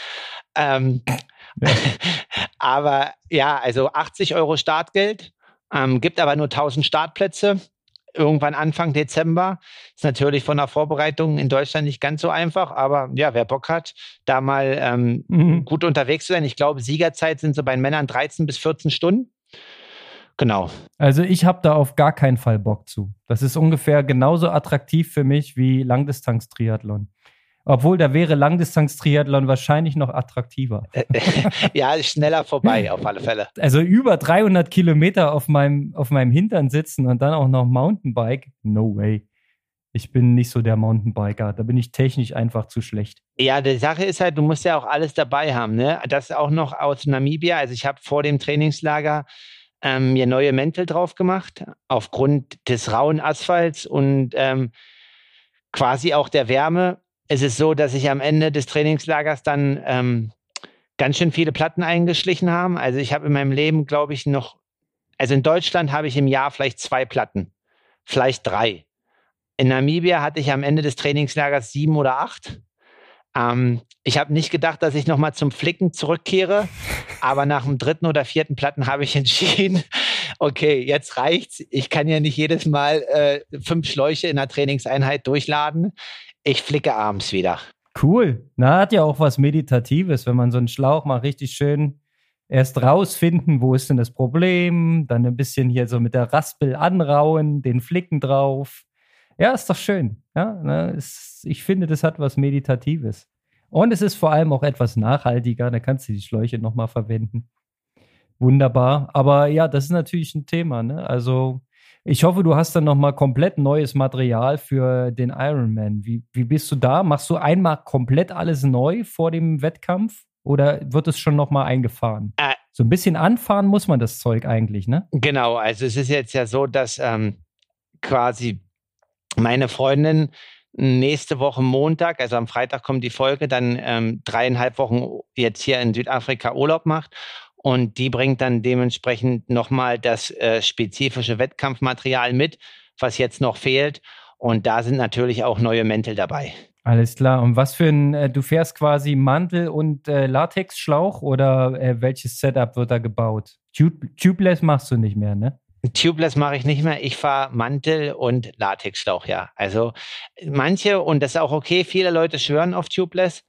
A: Aber ja, also 80 € Startgeld, gibt aber nur 1000 Startplätze. Irgendwann Anfang Dezember. Ist natürlich von der Vorbereitung in Deutschland nicht ganz so einfach, aber ja, wer Bock hat, da mal gut unterwegs zu sein. Ich glaube, Siegerzeit sind so bei den Männern 13 bis 14 Stunden. Genau.
B: Also ich habe da auf gar keinen Fall Bock zu. Das ist ungefähr genauso attraktiv für mich wie Langdistanz-Triathlon. Obwohl, da wäre Langdistanz-Triathlon wahrscheinlich noch attraktiver.
A: Ja, ist schneller vorbei, auf alle Fälle.
B: Also über 300 Kilometer auf meinem Hintern sitzen und dann auch noch Mountainbike? No way. Ich bin nicht so der Mountainbiker. Da bin ich technisch einfach zu schlecht.
A: Ja, die Sache ist halt, du musst ja auch alles dabei haben. Ne? Das auch noch aus Namibia. Also ich habe vor dem Trainingslager mir neue Mäntel drauf gemacht, aufgrund des rauen Asphalts und quasi auch der Wärme. Es ist so, dass sich am Ende des Trainingslagers dann ganz schön viele Platten eingeschlichen haben. Also ich habe in meinem Leben, glaube ich, also in Deutschland habe ich im Jahr vielleicht 2 Platten, vielleicht 3. In Namibia hatte ich am Ende des Trainingslagers 7 oder 8. Ich habe nicht gedacht, dass ich nochmal zum Flicken zurückkehre, aber nach dem 3. oder 4. Platten habe ich entschieden, okay, jetzt reicht's. Ich kann ja nicht jedes Mal 5 Schläuche in einer Trainingseinheit durchladen. Ich flicke abends wieder.
B: Cool. Na, hat ja auch was Meditatives, wenn man so einen Schlauch mal richtig schön erst rausfinden, wo ist denn das Problem, dann ein bisschen hier so mit der Raspel anrauen, den Flicken drauf. Ja, ist doch schön. Ja, ich finde, das hat was Meditatives. Und es ist vor allem auch etwas nachhaltiger, da kannst du die Schläuche nochmal verwenden. Wunderbar. Aber ja, das ist natürlich ein Thema, ne? Also ich hoffe, du hast dann nochmal komplett neues Material für den Ironman. Wie bist du da? Machst du einmal komplett alles neu vor dem Wettkampf oder wird es schon nochmal eingefahren? So ein bisschen anfahren muss man das Zeug eigentlich, ne?
A: Genau, also es ist jetzt ja so, dass quasi meine Freundin nächste Woche Montag, also am Freitag kommt die Folge, dann 3,5 Wochen jetzt hier in Südafrika Urlaub macht. Und die bringt dann dementsprechend nochmal das spezifische Wettkampfmaterial mit, was jetzt noch fehlt. Und da sind natürlich auch neue Mäntel dabei.
B: Alles klar. Und was für du fährst quasi Mantel und Latexschlauch oder welches Setup wird da gebaut? Tubeless machst du nicht mehr, ne?
A: Tubeless mache ich nicht mehr. Ich fahre Mantel und Latexschlauch, ja. Also manche, und das ist auch okay, viele Leute schwören auf Tubeless.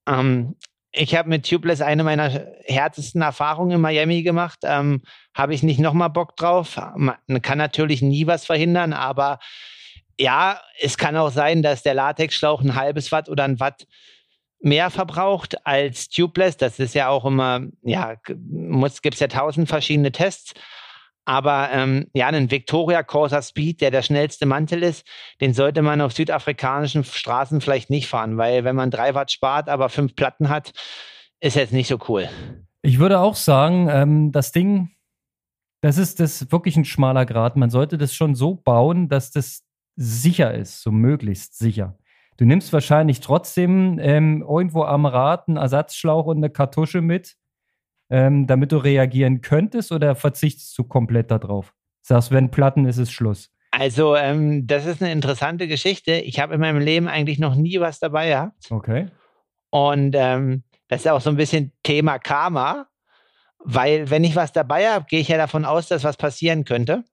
A: Ich habe mit Tubeless eine meiner härtesten Erfahrungen in Miami gemacht. Habe ich nicht nochmal Bock drauf. Man kann natürlich nie was verhindern, aber ja, es kann auch sein, dass der Latexschlauch ein halbes Watt oder ein Watt mehr verbraucht als Tubeless. Das ist ja auch immer, ja, gibt es ja 1000 verschiedene Tests. Aber ja, einen Victoria Corsa Speed, der schnellste Mantel ist, den sollte man auf südafrikanischen Straßen vielleicht nicht fahren, weil wenn man 3 Watt spart, aber 5 Platten hat, ist jetzt nicht so cool.
B: Ich würde auch sagen, das Ding, das ist wirklich ein schmaler Grat. Man sollte das schon so bauen, dass das sicher ist, so möglichst sicher. Du nimmst wahrscheinlich trotzdem irgendwo am Rad einen Ersatzschlauch und eine Kartusche mit, damit du reagieren könntest, oder verzichtest du komplett darauf? Sagst, wenn Platten ist, ist Schluss.
A: Also, das ist eine interessante Geschichte. Ich habe in meinem Leben eigentlich noch nie was dabei gehabt.
B: Okay.
A: Und das ist auch so ein bisschen Thema Karma, weil wenn ich was dabei habe, gehe ich ja davon aus, dass was passieren könnte.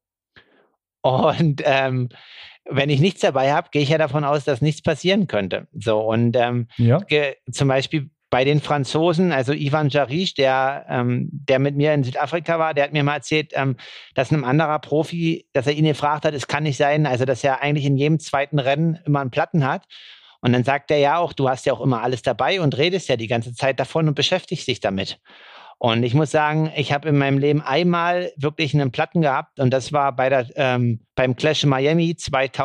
A: Und wenn ich nichts dabei habe, gehe ich ja davon aus, dass nichts passieren könnte. So, und zum Beispiel bei den Franzosen, also Ivan Jarisch, der mit mir in Südafrika war, der hat mir mal erzählt, dass ein anderer Profi, dass er ihn gefragt hat, es kann nicht sein, also dass er eigentlich in jedem zweiten Rennen immer einen Platten hat. Und dann sagt er ja auch, du hast ja auch immer alles dabei und redest ja die ganze Zeit davon und beschäftigst dich damit. Und ich muss sagen, ich habe in meinem Leben einmal wirklich einen Platten gehabt und das war beim Clash in Miami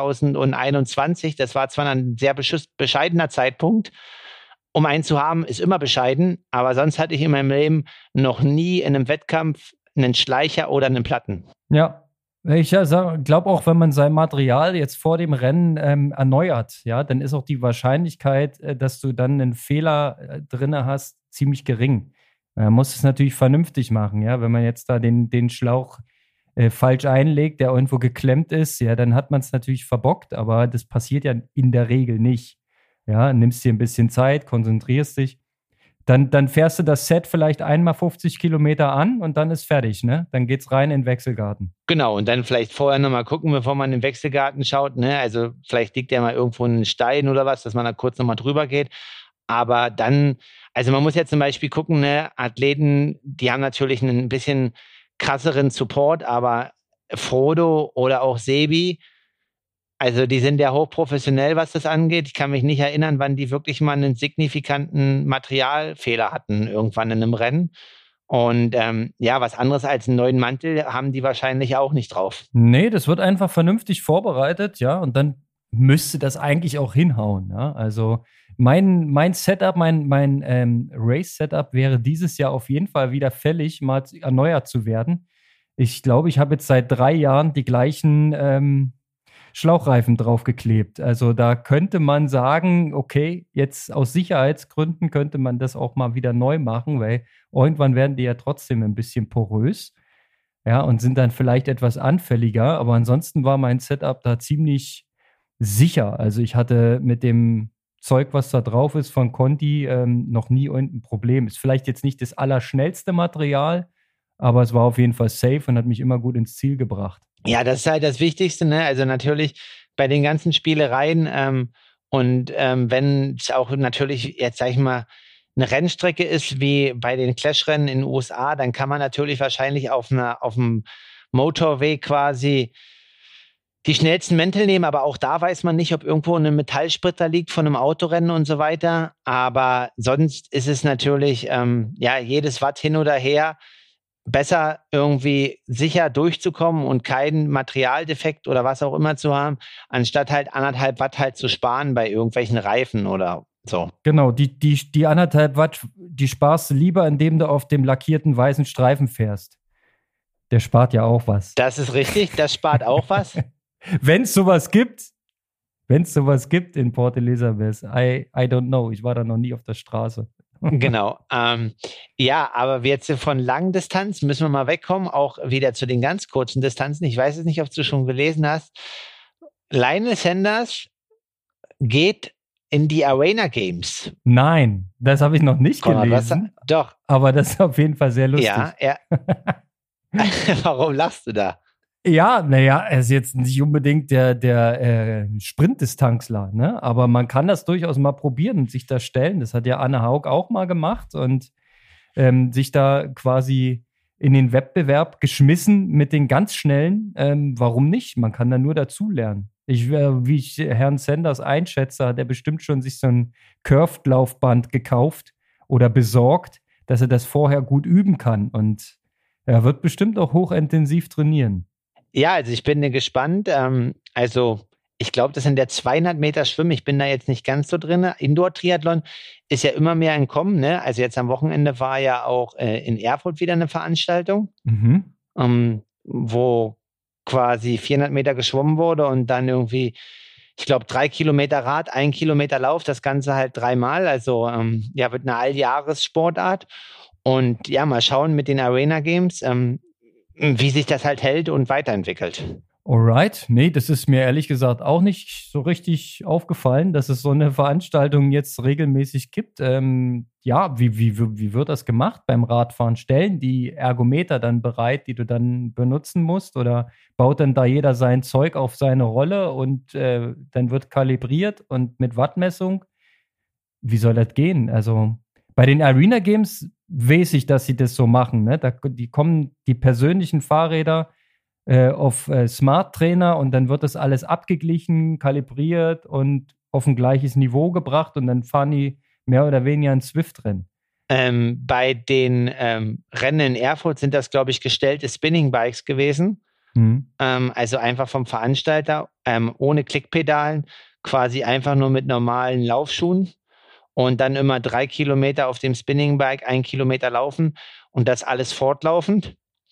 A: 2021. Das war zwar ein sehr bescheidener Zeitpunkt. Um einen zu haben, ist immer bescheiden, aber sonst hatte ich in meinem Leben noch nie in einem Wettkampf einen Schleicher oder einen Platten.
B: Ja, ich glaube auch, wenn man sein Material jetzt vor dem Rennen erneuert, ja, dann ist auch die Wahrscheinlichkeit, dass du dann einen Fehler drin hast, ziemlich gering. Man muss es natürlich vernünftig machen, ja. Wenn man jetzt da den Schlauch falsch einlegt, der irgendwo geklemmt ist, ja, dann hat man es natürlich verbockt, aber das passiert ja in der Regel nicht. Ja, nimmst dir ein bisschen Zeit, konzentrierst dich. Dann fährst du das Set vielleicht einmal 50 Kilometer an und dann ist fertig, ne? Dann geht's rein in den Wechselgarten.
A: Genau, und dann vielleicht vorher nochmal gucken, bevor man in den Wechselgarten schaut, ne? Also vielleicht liegt ja mal irgendwo ein Stein oder was, dass man da kurz nochmal drüber geht. Aber dann, also man muss ja zum Beispiel gucken, ne? Athleten, die haben natürlich einen bisschen krasseren Support, aber Frodo oder auch Sebi, also die sind ja hochprofessionell, was das angeht. Ich kann mich nicht erinnern, wann die wirklich mal einen signifikanten Materialfehler hatten, irgendwann in einem Rennen. Und ja, was anderes als einen neuen Mantel haben die wahrscheinlich auch nicht drauf.
B: Nee, das wird einfach vernünftig vorbereitet, ja, und dann müsste das eigentlich auch hinhauen, ja. Also mein Setup, mein Race-Setup wäre dieses Jahr auf jeden Fall wieder fällig, mal erneuert zu werden. Ich glaube, ich habe jetzt seit 3 Jahren die gleichen Schlauchreifen draufgeklebt. Also da könnte man sagen, okay, jetzt aus Sicherheitsgründen könnte man das auch mal wieder neu machen, weil irgendwann werden die ja trotzdem ein bisschen porös, ja, und sind dann vielleicht etwas anfälliger. Aber ansonsten war mein Setup da ziemlich sicher. Also ich hatte mit dem Zeug, was da drauf ist von Conti, noch nie irgendein Problem. Ist vielleicht jetzt nicht das allerschnellste Material, aber es war auf jeden Fall safe und hat mich immer gut ins Ziel gebracht.
A: Ja, das ist halt das Wichtigste, ne? Also natürlich bei den ganzen Spielereien und wenn es auch natürlich jetzt, sag ich mal, eine Rennstrecke ist wie bei den Clash-Rennen in den USA, dann kann man natürlich wahrscheinlich auf dem Motorway quasi die schnellsten Mäntel nehmen, aber auch da weiß man nicht, ob irgendwo ein Metallsplitter liegt von einem Autorennen und so weiter. Aber sonst ist es natürlich, ja, jedes Watt hin oder her, besser irgendwie sicher durchzukommen und keinen Materialdefekt oder was auch immer zu haben, anstatt halt 1,5 Watt halt zu sparen bei irgendwelchen Reifen oder so.
B: Genau, die 1,5 Watt, die sparst du lieber, indem du auf dem lackierten weißen Streifen fährst. Der spart ja auch was.
A: Das ist richtig, das spart auch was.
B: Wenn es sowas gibt in Port Elizabeth, I don't know, ich war da noch nie auf der Straße.
A: Genau. Ja, aber jetzt von langen Distanz müssen wir mal wegkommen, auch wieder zu den ganz kurzen Distanzen. Ich weiß jetzt nicht, ob du schon gelesen hast. Lionel Sanders geht in die Arena Games.
B: Nein, das habe ich noch nicht gelesen.
A: Doch.
B: Aber das ist auf jeden Fall sehr lustig.
A: Ja. Warum lachst du da?
B: Ja, naja, er ist jetzt nicht unbedingt der Sprintdistanzler, ne? Aber man kann das durchaus mal probieren und sich da stellen. Das hat ja Anne Haug auch mal gemacht und sich da quasi in den Wettbewerb geschmissen mit den ganz Schnellen. Warum nicht? Man kann da nur dazulernen. Wie ich Herrn Sanders einschätze, hat er bestimmt schon sich so ein Curved-Laufband gekauft oder besorgt, dass er das vorher gut üben kann. Und er wird bestimmt auch hochintensiv trainieren.
A: Ja, also ich bin gespannt. Also ich glaube, das sind der 200 Meter Schwimmen. Ich bin da jetzt nicht ganz so drin. Indoor-Triathlon ist ja immer mehr im Kommen, ne? Also jetzt am Wochenende war ja auch in Erfurt wieder eine Veranstaltung, wo quasi 400 Meter geschwommen wurde und dann irgendwie, ich glaube, 3 Kilometer Rad, 1 Kilometer Lauf, das Ganze halt 3-mal. Also wird eine Alljahressportart. Und ja, mal schauen mit den Arena Games, wie sich das halt hält und weiterentwickelt.
B: Alright. Nee, das ist mir ehrlich gesagt auch nicht so richtig aufgefallen, dass es so eine Veranstaltung jetzt regelmäßig gibt. Wie wird das gemacht beim Radfahren? Stellen die Ergometer dann bereit, die du dann benutzen musst? Oder baut dann da jeder sein Zeug auf seine Rolle und dann wird kalibriert und mit Wattmessung? Wie soll das gehen? Also bei den Arena Games weiß ich, dass sie das so machen. Ne? Die kommen die persönlichen Fahrräder auf Smart Trainer und dann wird das alles abgeglichen, kalibriert und auf ein gleiches Niveau gebracht und dann fahren die mehr oder weniger ein Swift-Rennen.
A: Bei den Rennen in Erfurt sind das, glaube ich, gestellte Spinning-Bikes gewesen. Also einfach vom Veranstalter, ohne Klickpedalen, quasi einfach nur mit normalen Laufschuhen und dann immer 3 Kilometer auf dem Spinning-Bike, 1 Kilometer laufen und das alles fortlaufend.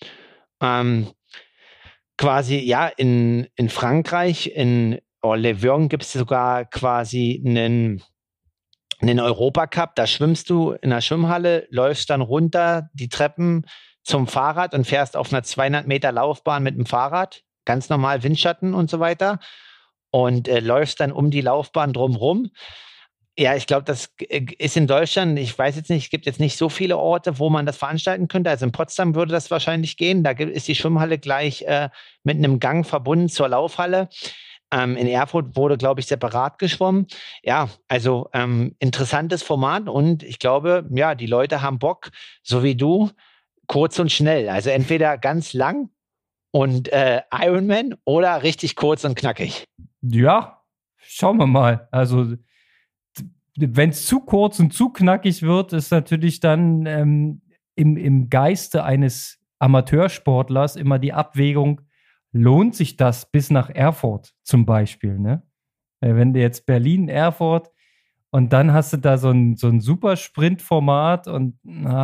A: Quasi, ja, in Frankreich, in Le Vergne gibt es sogar quasi einen Europacup, da schwimmst du in der Schwimmhalle, läufst dann runter die Treppen zum Fahrrad und fährst auf einer 200 Meter Laufbahn mit dem Fahrrad, ganz normal Windschatten und so weiter und läufst dann um die Laufbahn drumherum. Ja, ich glaube, das ist in Deutschland, ich weiß jetzt nicht, es gibt jetzt nicht so viele Orte, wo man das veranstalten könnte. Also in Potsdam würde das wahrscheinlich gehen. Da ist die Schwimmhalle gleich mit einem Gang verbunden zur Laufhalle. In Erfurt wurde, glaube ich, separat geschwommen. Ja, also interessantes Format und ich glaube, ja, die Leute haben Bock, so wie du, kurz und schnell. Also entweder ganz lang und Ironman oder richtig kurz und knackig.
B: Ja, schauen wir mal. Also wenn es zu kurz und zu knackig wird, ist natürlich dann im Geiste eines Amateursportlers immer die Abwägung, lohnt sich das bis nach Erfurt zum Beispiel, ne? Wenn du jetzt Berlin, Erfurt und dann hast du da so ein Supersprint-Format und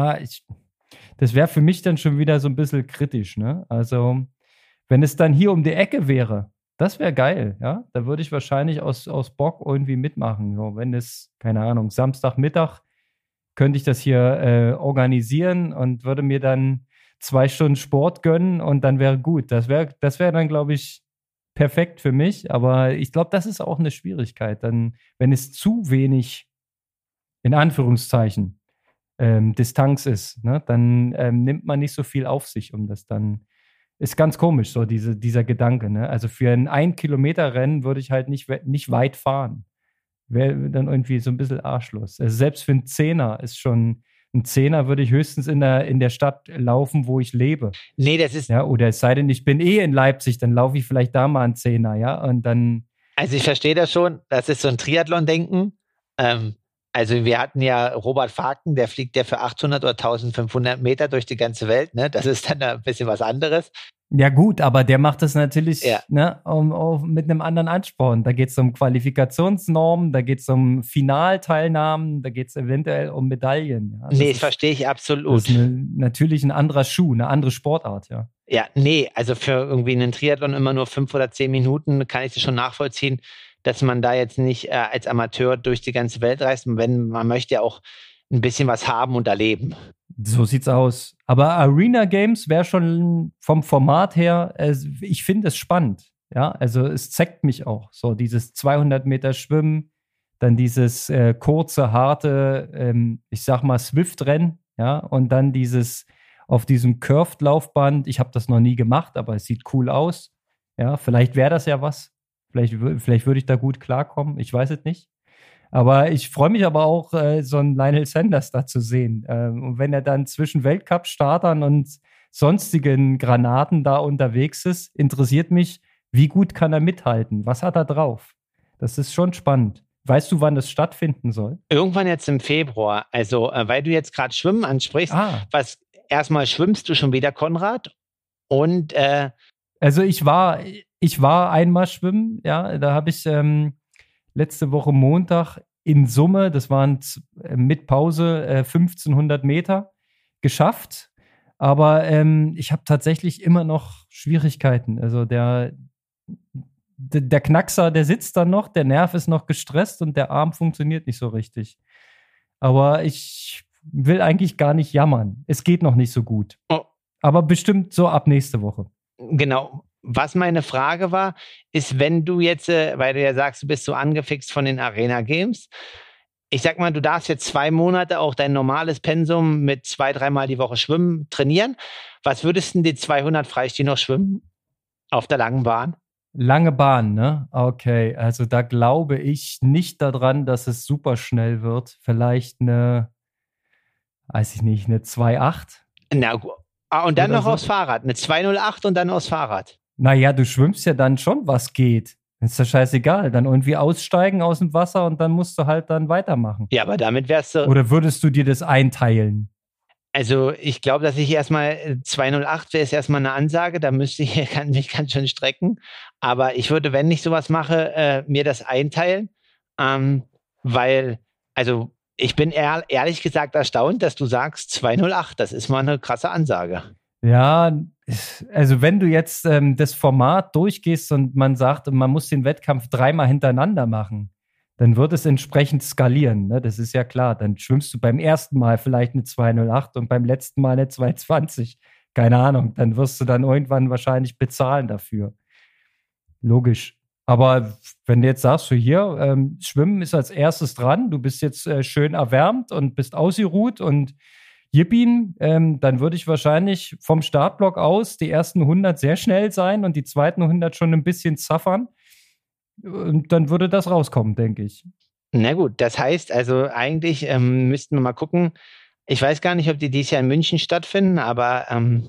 B: das wäre für mich dann schon wieder so ein bisschen kritisch, ne? Also wenn es dann hier um die Ecke wäre, das wäre geil, ja. Da würde ich wahrscheinlich aus Bock irgendwie mitmachen. So, wenn es, keine Ahnung, Samstagmittag könnte ich das hier organisieren und würde mir dann 2 Stunden Sport gönnen und dann wäre gut. Das wäre dann, glaube ich, perfekt für mich. Aber ich glaube, das ist auch eine Schwierigkeit. Dann, wenn es zu wenig, in Anführungszeichen, Distanz ist, ne, dann nimmt man nicht so viel auf sich, um das dann. Ist ganz komisch, so dieser Gedanke. Ne? Also für ein 1-Kilometer-Rennen würde ich halt nicht weit fahren. Wäre dann irgendwie so ein bisschen Arschlos. Also selbst für einen Zehner ist schon, ein Zehner würde ich höchstens in der Stadt laufen, wo ich lebe.
A: Nee, das ist.
B: Ja, oder es sei denn, ich bin in Leipzig, dann laufe ich vielleicht da mal einen Zehner, ja. Und dann.
A: Also ich verstehe das schon, das ist so ein Triathlon-Denken. Also wir hatten ja Robert Faken, der fliegt ja für 800 oder 1500 Meter durch die ganze Welt, ne? Das ist dann ein bisschen was anderes.
B: Ja gut, aber der macht das natürlich ne, mit einem anderen Ansporn. Da geht es um Qualifikationsnormen, da geht es um Finalteilnahmen, da geht es eventuell um Medaillen. Ja.
A: Das verstehe ich absolut.
B: Das ist natürlich ein anderer Schuh, eine andere Sportart, ja.
A: Ja, nee, also für irgendwie einen Triathlon immer nur 5 oder 10 Minuten kann ich das schon nachvollziehen, dass man da jetzt nicht als Amateur durch die ganze Welt reist. Wenn man möchte ja auch ein bisschen was haben und erleben.
B: So sieht's aus. Aber Arena Games wäre schon vom Format her, ich finde es spannend. Ja, also es zeckt mich auch. So dieses 200 Meter Schwimmen, dann dieses kurze, harte, ich sag mal Swift-Rennen, ja, und dann dieses auf diesem Curved-Laufband. Ich habe das noch nie gemacht, aber es sieht cool aus. Ja, vielleicht wäre das ja was. Vielleicht würde ich da gut klarkommen. Ich weiß es nicht. Aber ich freue mich aber auch, so einen Lionel Sanders da zu sehen. Und wenn er dann zwischen Weltcup-Startern und sonstigen Granaten da unterwegs ist, interessiert mich, wie gut kann er mithalten? Was hat er drauf? Das ist schon spannend. Weißt du, wann das stattfinden soll?
A: Irgendwann jetzt im Februar. Also, weil du jetzt gerade Schwimmen ansprichst, erstmal schwimmst du schon wieder, Konrad? Und
B: also ich war einmal schwimmen, ja, da habe ich letzte Woche Montag in Summe, das waren mit Pause 1500 Meter geschafft. Aber ich habe tatsächlich immer noch Schwierigkeiten. Also der Knackser, der sitzt dann noch, der Nerv ist noch gestresst und der Arm funktioniert nicht so richtig. Aber ich will eigentlich gar nicht jammern. Es geht noch nicht so gut.
A: Oh.
B: Aber bestimmt so ab nächste Woche.
A: Genau. Was meine Frage war, ist, wenn du jetzt, weil du ja sagst, du bist so angefixt von den Arena Games, ich sag mal, du darfst jetzt 2 Monate auch dein normales Pensum mit 2-3 Mal die Woche schwimmen, trainieren. Was würdest du denn die 200 Freistil noch schwimmen auf der langen Bahn?
B: Lange Bahn, ne? Okay, also da glaube ich nicht daran, dass es super schnell wird. Vielleicht weiß ich nicht, eine 2,8.
A: Na, und dann
B: Oder
A: noch
B: so.
A: aufs Fahrrad, eine 2,08 und dann aufs Fahrrad.
B: Naja, du schwimmst ja dann schon, was geht. Ist ja scheißegal. Dann irgendwie aussteigen aus dem Wasser und dann musst du halt dann weitermachen.
A: Ja, aber damit wärst du.
B: Oder würdest du dir das einteilen?
A: Also ich glaube, dass ich erstmal 2,08 wäre, ist erstmal eine Ansage, da müsste ich mich ganz schön strecken. Aber ich würde, wenn ich sowas mache, mir das einteilen, weil, also ich bin ehrlich gesagt erstaunt, dass du sagst 2,08, das ist mal eine krasse Ansage.
B: Ja, also wenn du jetzt das Format durchgehst und man sagt, man muss den Wettkampf 3-mal hintereinander machen, dann wird es entsprechend skalieren. Ne? Das ist ja klar. Dann schwimmst du beim ersten Mal vielleicht eine 2,08 und beim letzten Mal eine 2,20. Keine Ahnung. Dann wirst du dann irgendwann wahrscheinlich bezahlen dafür. Logisch. Aber wenn du jetzt sagst, so hier, Schwimmen ist als erstes dran, du bist jetzt schön erwärmt und bist ausgeruht und Jippin, dann würde ich wahrscheinlich vom Startblock aus die ersten 100 sehr schnell sein und die zweiten 100 schon ein bisschen suffern. Und dann würde das rauskommen, denke ich.
A: Na gut, das heißt also eigentlich müssten wir mal gucken. Ich weiß gar nicht, ob die dieses Jahr in München stattfinden, aber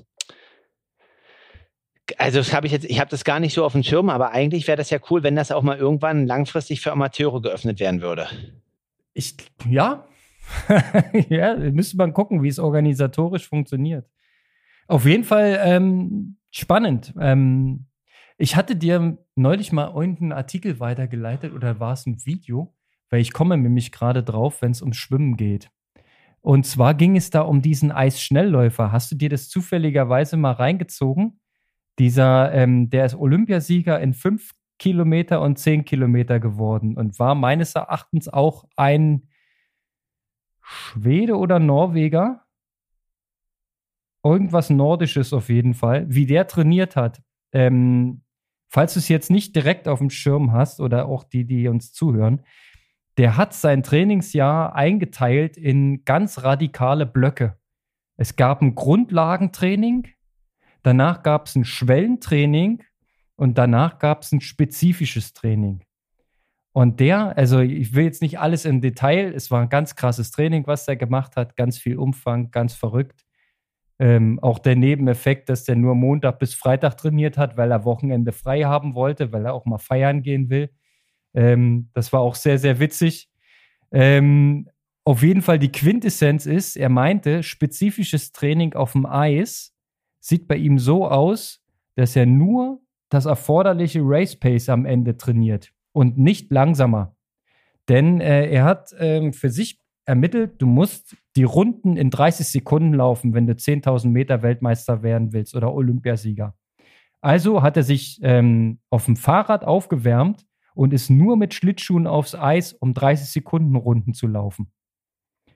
A: also ich habe das gar nicht so auf dem Schirm, aber eigentlich wäre das ja cool, wenn das auch mal irgendwann langfristig für Amateure geöffnet werden würde.
B: Ja, ja, müsste man gucken, wie es organisatorisch funktioniert. Auf jeden Fall spannend. Ich hatte dir neulich mal irgendeinen Artikel weitergeleitet oder war es ein Video, weil ich komme nämlich gerade drauf, wenn es ums Schwimmen geht. Und zwar ging es da um diesen Eisschnellläufer. Hast du dir das zufälligerweise mal reingezogen? Der ist Olympiasieger in 5 Kilometer und 10 Kilometer geworden und war meines Erachtens auch ein Schwede oder Norweger. Irgendwas Nordisches auf jeden Fall. Wie der trainiert hat. Falls du es jetzt nicht direkt auf dem Schirm hast oder auch die uns zuhören, der hat sein Trainingsjahr eingeteilt in ganz radikale Blöcke. Es gab ein Grundlagentraining, danach gab es ein Schwellentraining und danach gab es ein spezifisches Training. Und also ich will jetzt nicht alles im Detail, es war ein ganz krasses Training, was der gemacht hat, ganz viel Umfang, ganz verrückt. Auch der Nebeneffekt, dass der nur Montag bis Freitag trainiert hat, weil er Wochenende frei haben wollte, weil er auch mal feiern gehen will. Das war auch sehr, sehr witzig. Auf jeden Fall die Quintessenz ist, er meinte, spezifisches Training auf dem Eis sieht bei ihm so aus, dass er nur das erforderliche Race Pace am Ende trainiert und nicht langsamer. Denn er hat für sich ermittelt, du musst die Runden in 30 Sekunden laufen, wenn du 10.000 Meter Weltmeister werden willst oder Olympiasieger. Also hat er sich auf dem Fahrrad aufgewärmt und ist nur mit Schlittschuhen aufs Eis, um 30 Sekunden Runden zu laufen.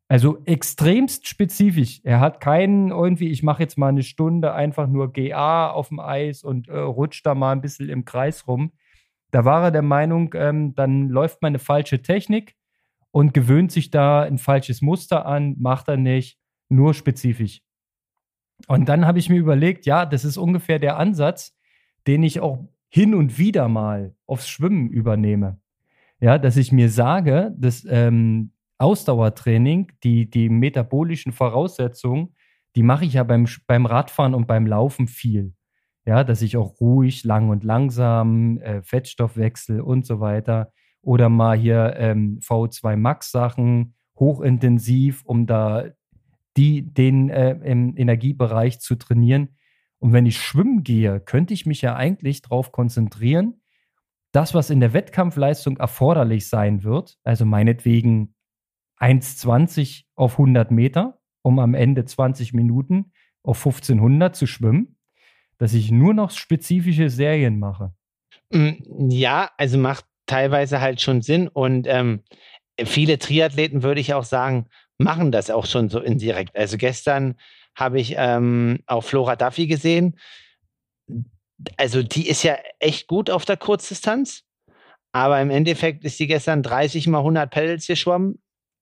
B: Also extremst spezifisch. Er hat keinen irgendwie, ich mache jetzt mal eine Stunde einfach nur GA auf dem Eis und rutscht da mal ein bisschen im Kreis rum. Da war er der Meinung, dann läuft man eine falsche Technik und gewöhnt sich da ein falsches Muster an, macht er nicht, nur spezifisch. Und dann habe ich mir überlegt, ja, das ist ungefähr der Ansatz, den ich auch hin und wieder mal aufs Schwimmen übernehme. Ja, dass ich mir sage, dass Ausdauertraining, die metabolischen Voraussetzungen, die mache ich ja beim Radfahren und beim Laufen viel. Ja, dass ich auch ruhig, lang und langsam, Fettstoffwechsel und so weiter. Oder mal hier VO2 Max Sachen, hochintensiv, um da den im Energiebereich zu trainieren. Und wenn ich schwimmen gehe, könnte ich mich ja eigentlich darauf konzentrieren, das, was in der Wettkampfleistung erforderlich sein wird, also meinetwegen 1,20 auf 100 Meter, um am Ende 20 Minuten auf 1500 zu schwimmen, dass ich nur noch spezifische Serien mache.
A: Ja, also macht teilweise halt schon Sinn und viele Triathleten, würde ich auch sagen, machen das auch schon so indirekt. Also gestern habe ich auch Flora Duffy gesehen. Also die ist ja echt gut auf der Kurzdistanz, aber im Endeffekt ist die gestern 30 mal 100 Pedals geschwommen.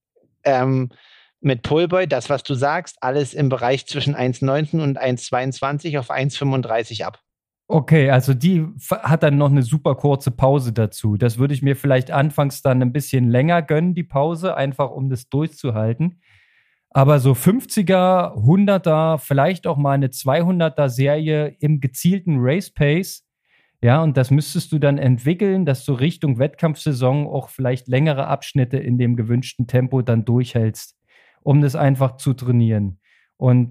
A: Mit Pullboy, das, was du sagst, alles im Bereich zwischen 1,19 und 1,22 auf 1,35 ab.
B: Okay, also die hat dann noch eine super kurze Pause dazu. Das würde ich mir vielleicht anfangs dann ein bisschen länger gönnen, die Pause, einfach um das durchzuhalten. Aber so 50er, 100er, vielleicht auch mal eine 200er Serie im gezielten Race Pace. Ja, und das müsstest du dann entwickeln, dass du Richtung Wettkampfsaison auch vielleicht längere Abschnitte in dem gewünschten Tempo dann durchhältst, um das einfach zu trainieren. Und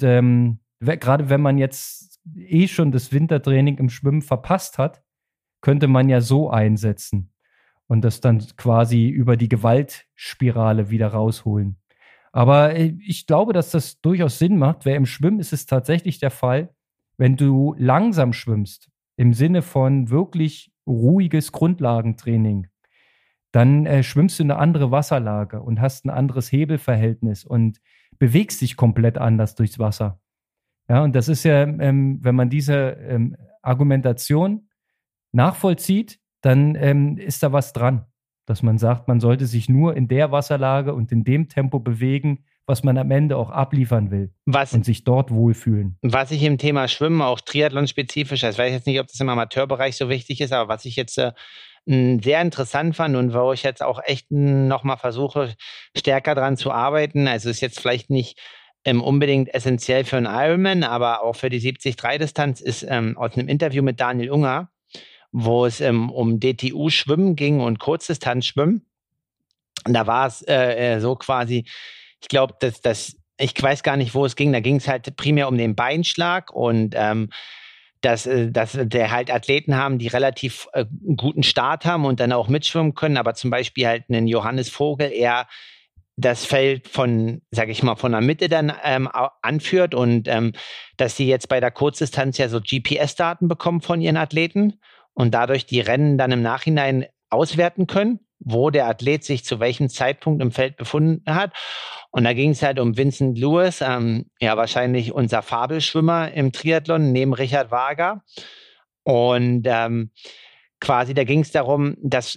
B: gerade wenn man jetzt schon das Wintertraining im Schwimmen verpasst hat, könnte man ja so einsetzen und das dann quasi über die Gewaltspirale wieder rausholen. Aber ich glaube, dass das durchaus Sinn macht, weil im Schwimmen ist es tatsächlich der Fall, wenn du langsam schwimmst, im Sinne von wirklich ruhiges Grundlagentraining, dann schwimmst du eine andere Wasserlage und hast ein anderes Hebelverhältnis und bewegst dich komplett anders durchs Wasser. Ja, und das ist ja, wenn man diese Argumentation nachvollzieht, dann ist da was dran, dass man sagt, man sollte sich nur in der Wasserlage und in dem Tempo bewegen, was man am Ende auch abliefern will und sich dort wohlfühlen.
A: Was ich im Thema Schwimmen, auch Triathlon-spezifisch, ich weiß jetzt nicht, ob das im Amateurbereich so wichtig ist, aber was ich jetzt sehr interessant fand und wo ich jetzt auch echt nochmal versuche, stärker dran zu arbeiten, also ist jetzt vielleicht nicht unbedingt essentiell für einen Ironman, aber auch für die 73-Distanz ist aus einem Interview mit Daniel Unger, wo es um DTU-Schwimmen ging und Kurzdistanz-Schwimmen. Und da war es so quasi, ich glaube, ich weiß gar nicht, wo es ging, da ging es halt primär um den Beinschlag und dass der halt Athleten haben, die relativ guten Start haben und dann auch mitschwimmen können, aber zum Beispiel halt einen Johannes Vogel eher das Feld von, sage ich mal, von der Mitte dann anführt und dass sie jetzt bei der Kurzdistanz ja so GPS-Daten bekommen von ihren Athleten und dadurch die Rennen dann im Nachhinein auswerten können, wo der Athlet sich zu welchem Zeitpunkt im Feld befunden hat. Und da ging es halt um Vincent Lewis, ja wahrscheinlich unser Fabelschwimmer im Triathlon neben Richard Wager. Und quasi, da ging es darum, dass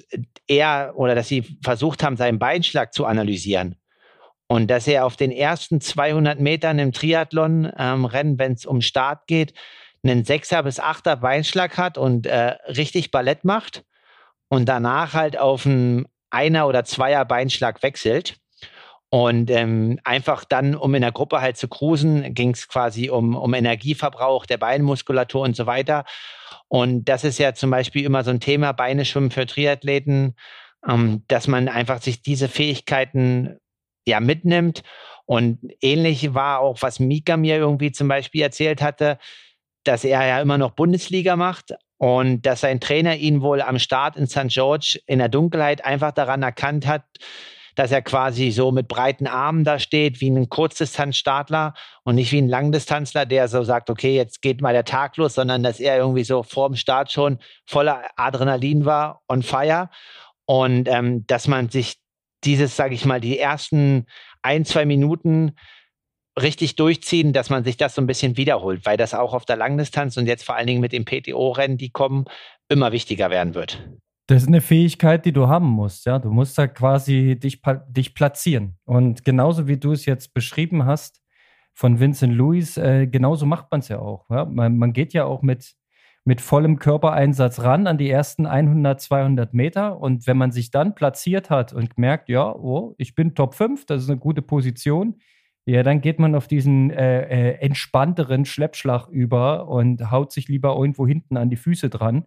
A: sie versucht haben, seinen Beinschlag zu analysieren. Und dass er auf den ersten 200 Metern im Triathlon-Rennen, wenn es um Start geht, einen 6er bis 8er Beinschlag hat und richtig Ballett macht und danach halt auf einen 1er oder 2er Beinschlag wechselt. Und einfach dann, um in der Gruppe halt zu cruisen, ging es quasi um Energieverbrauch der Beinmuskulatur und so weiter. Und das ist ja zum Beispiel immer so ein Thema, Beine schwimmen für Triathleten, dass man einfach sich diese Fähigkeiten ja mitnimmt. Und ähnlich war auch, was Mika mir irgendwie zum Beispiel erzählt hatte, dass er ja immer noch Bundesliga macht und dass sein Trainer ihn wohl am Start in St. George in der Dunkelheit einfach daran erkannt hat, dass er quasi so mit breiten Armen da steht, wie ein Kurzdistanzstartler und nicht wie ein Langdistanzler, der so sagt, okay, jetzt geht mal der Tag los, sondern dass er irgendwie so vor dem Start schon voller Adrenalin war, on fire. Und dass man sich dieses, sage ich mal, die ersten 1-2 Minuten richtig durchziehen, dass man sich das so ein bisschen wiederholt, weil das auch auf der Langdistanz und jetzt vor allen Dingen mit den PTO-Rennen, die kommen, immer wichtiger werden wird.
B: Das ist eine Fähigkeit, die du haben musst. Ja, du musst da quasi dich platzieren. Und genauso wie du es jetzt beschrieben hast von Vincent Luis, genauso macht man es ja auch. Ja? Man geht ja auch mit vollem Körpereinsatz ran an die ersten 100, 200 Meter. Und wenn man sich dann platziert hat und merkt, ja, oh, ich bin Top 5, das ist eine gute Position, ja, dann geht man auf diesen entspannteren Schleppschlag über und haut sich lieber irgendwo hinten an die Füße dran,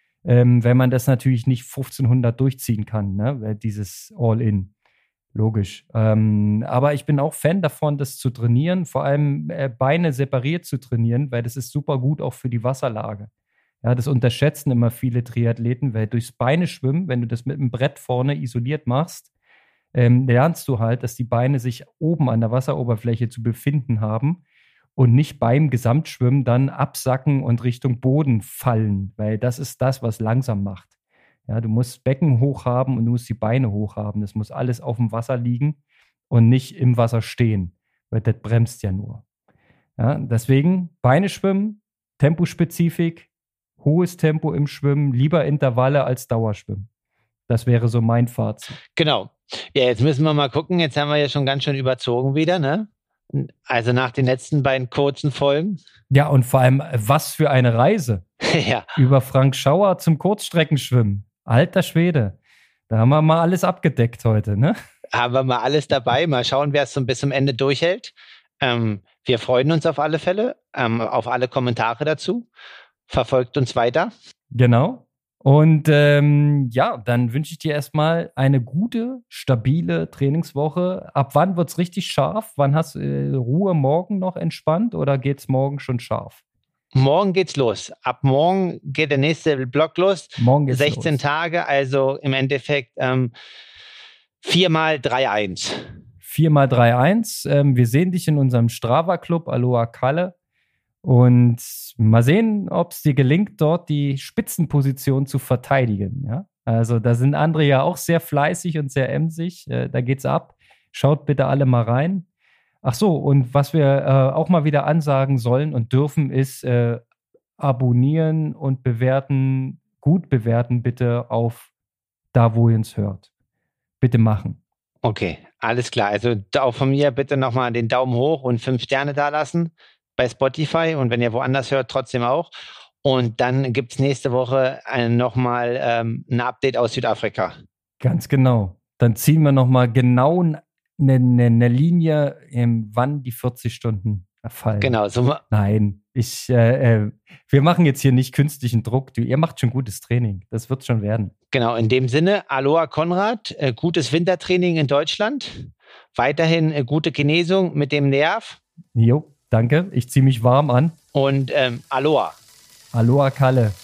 B: wenn man das natürlich nicht 1500 durchziehen kann, ne? Dieses All-In. Logisch. Aber ich bin auch Fan davon, das zu trainieren, vor allem Beine separiert zu trainieren, weil das ist super gut auch für die Wasserlage. Ja, das unterschätzen immer viele Triathleten, weil durchs Beine schwimmen, wenn du das mit einem Brett vorne isoliert machst, lernst du halt, dass die Beine sich oben an der Wasseroberfläche zu befinden haben und nicht beim Gesamtschwimmen dann absacken und Richtung Boden fallen, weil das ist das, was langsam macht. Ja, du musst Becken hoch haben und du musst die Beine hoch haben. Das muss alles auf dem Wasser liegen und nicht im Wasser stehen, weil das bremst ja nur. Ja, deswegen Beine schwimmen, Tempospezifik, hohes Tempo im Schwimmen, lieber Intervalle als Dauerschwimmen. Das wäre so mein Fazit.
A: Genau. Ja, jetzt müssen wir mal gucken. Jetzt haben wir ja schon ganz schön überzogen wieder, ne? Also nach den letzten beiden kurzen Folgen.
B: Ja, und vor allem, was für eine Reise.
A: Ja.
B: Über Frank Schauer zum Kurzstreckenschwimmen. Alter Schwede. Da haben wir mal alles abgedeckt heute, ne?
A: Haben wir mal alles dabei. Mal schauen, wer es so bis zum Ende durchhält. Wir freuen uns auf alle Fälle, auf alle Kommentare dazu. Verfolgt uns weiter.
B: Genau. Und ja, dann wünsche ich dir erstmal eine gute, stabile Trainingswoche. Ab wann wird es richtig scharf? Wann hast du Ruhe morgen noch entspannt oder geht es morgen schon scharf?
A: Morgen geht's los. Ab morgen geht der nächste Block los.
B: Morgen geht's
A: 16
B: los.
A: Tage, also im Endeffekt 4x3-1.
B: 4x3-1. Wir sehen dich in unserem Strava-Club Aloha Kalle. Und mal sehen, ob es dir gelingt, dort die Spitzenposition zu verteidigen. Ja? Also da sind andere ja auch sehr fleißig und sehr emsig. Da geht's ab. Schaut bitte alle mal rein. Ach so, und was wir auch mal wieder ansagen sollen und dürfen, ist abonnieren und bewerten, gut bewerten bitte auf da, wo ihr uns hört. Bitte machen.
A: Okay, alles klar. Also auch von mir bitte nochmal den Daumen hoch und 5 Sterne da lassen bei Spotify und wenn ihr woanders hört, trotzdem auch. Und dann gibt es nächste Woche nochmal ein Update aus Südafrika.
B: Ganz genau. Dann ziehen wir nochmal genau eine Linie, wann die 40 Stunden fallen.
A: Genau. So
B: Nein, wir machen jetzt hier nicht künstlichen Druck. Ihr macht schon gutes Training. Das wird schon werden.
A: Genau, in dem Sinne, Aloha Konrad, gutes Wintertraining in Deutschland. Weiterhin gute Genesung mit dem Nerv.
B: Jo, danke. Ich ziehe mich warm an.
A: Und Aloha.
B: Aloha Kalle.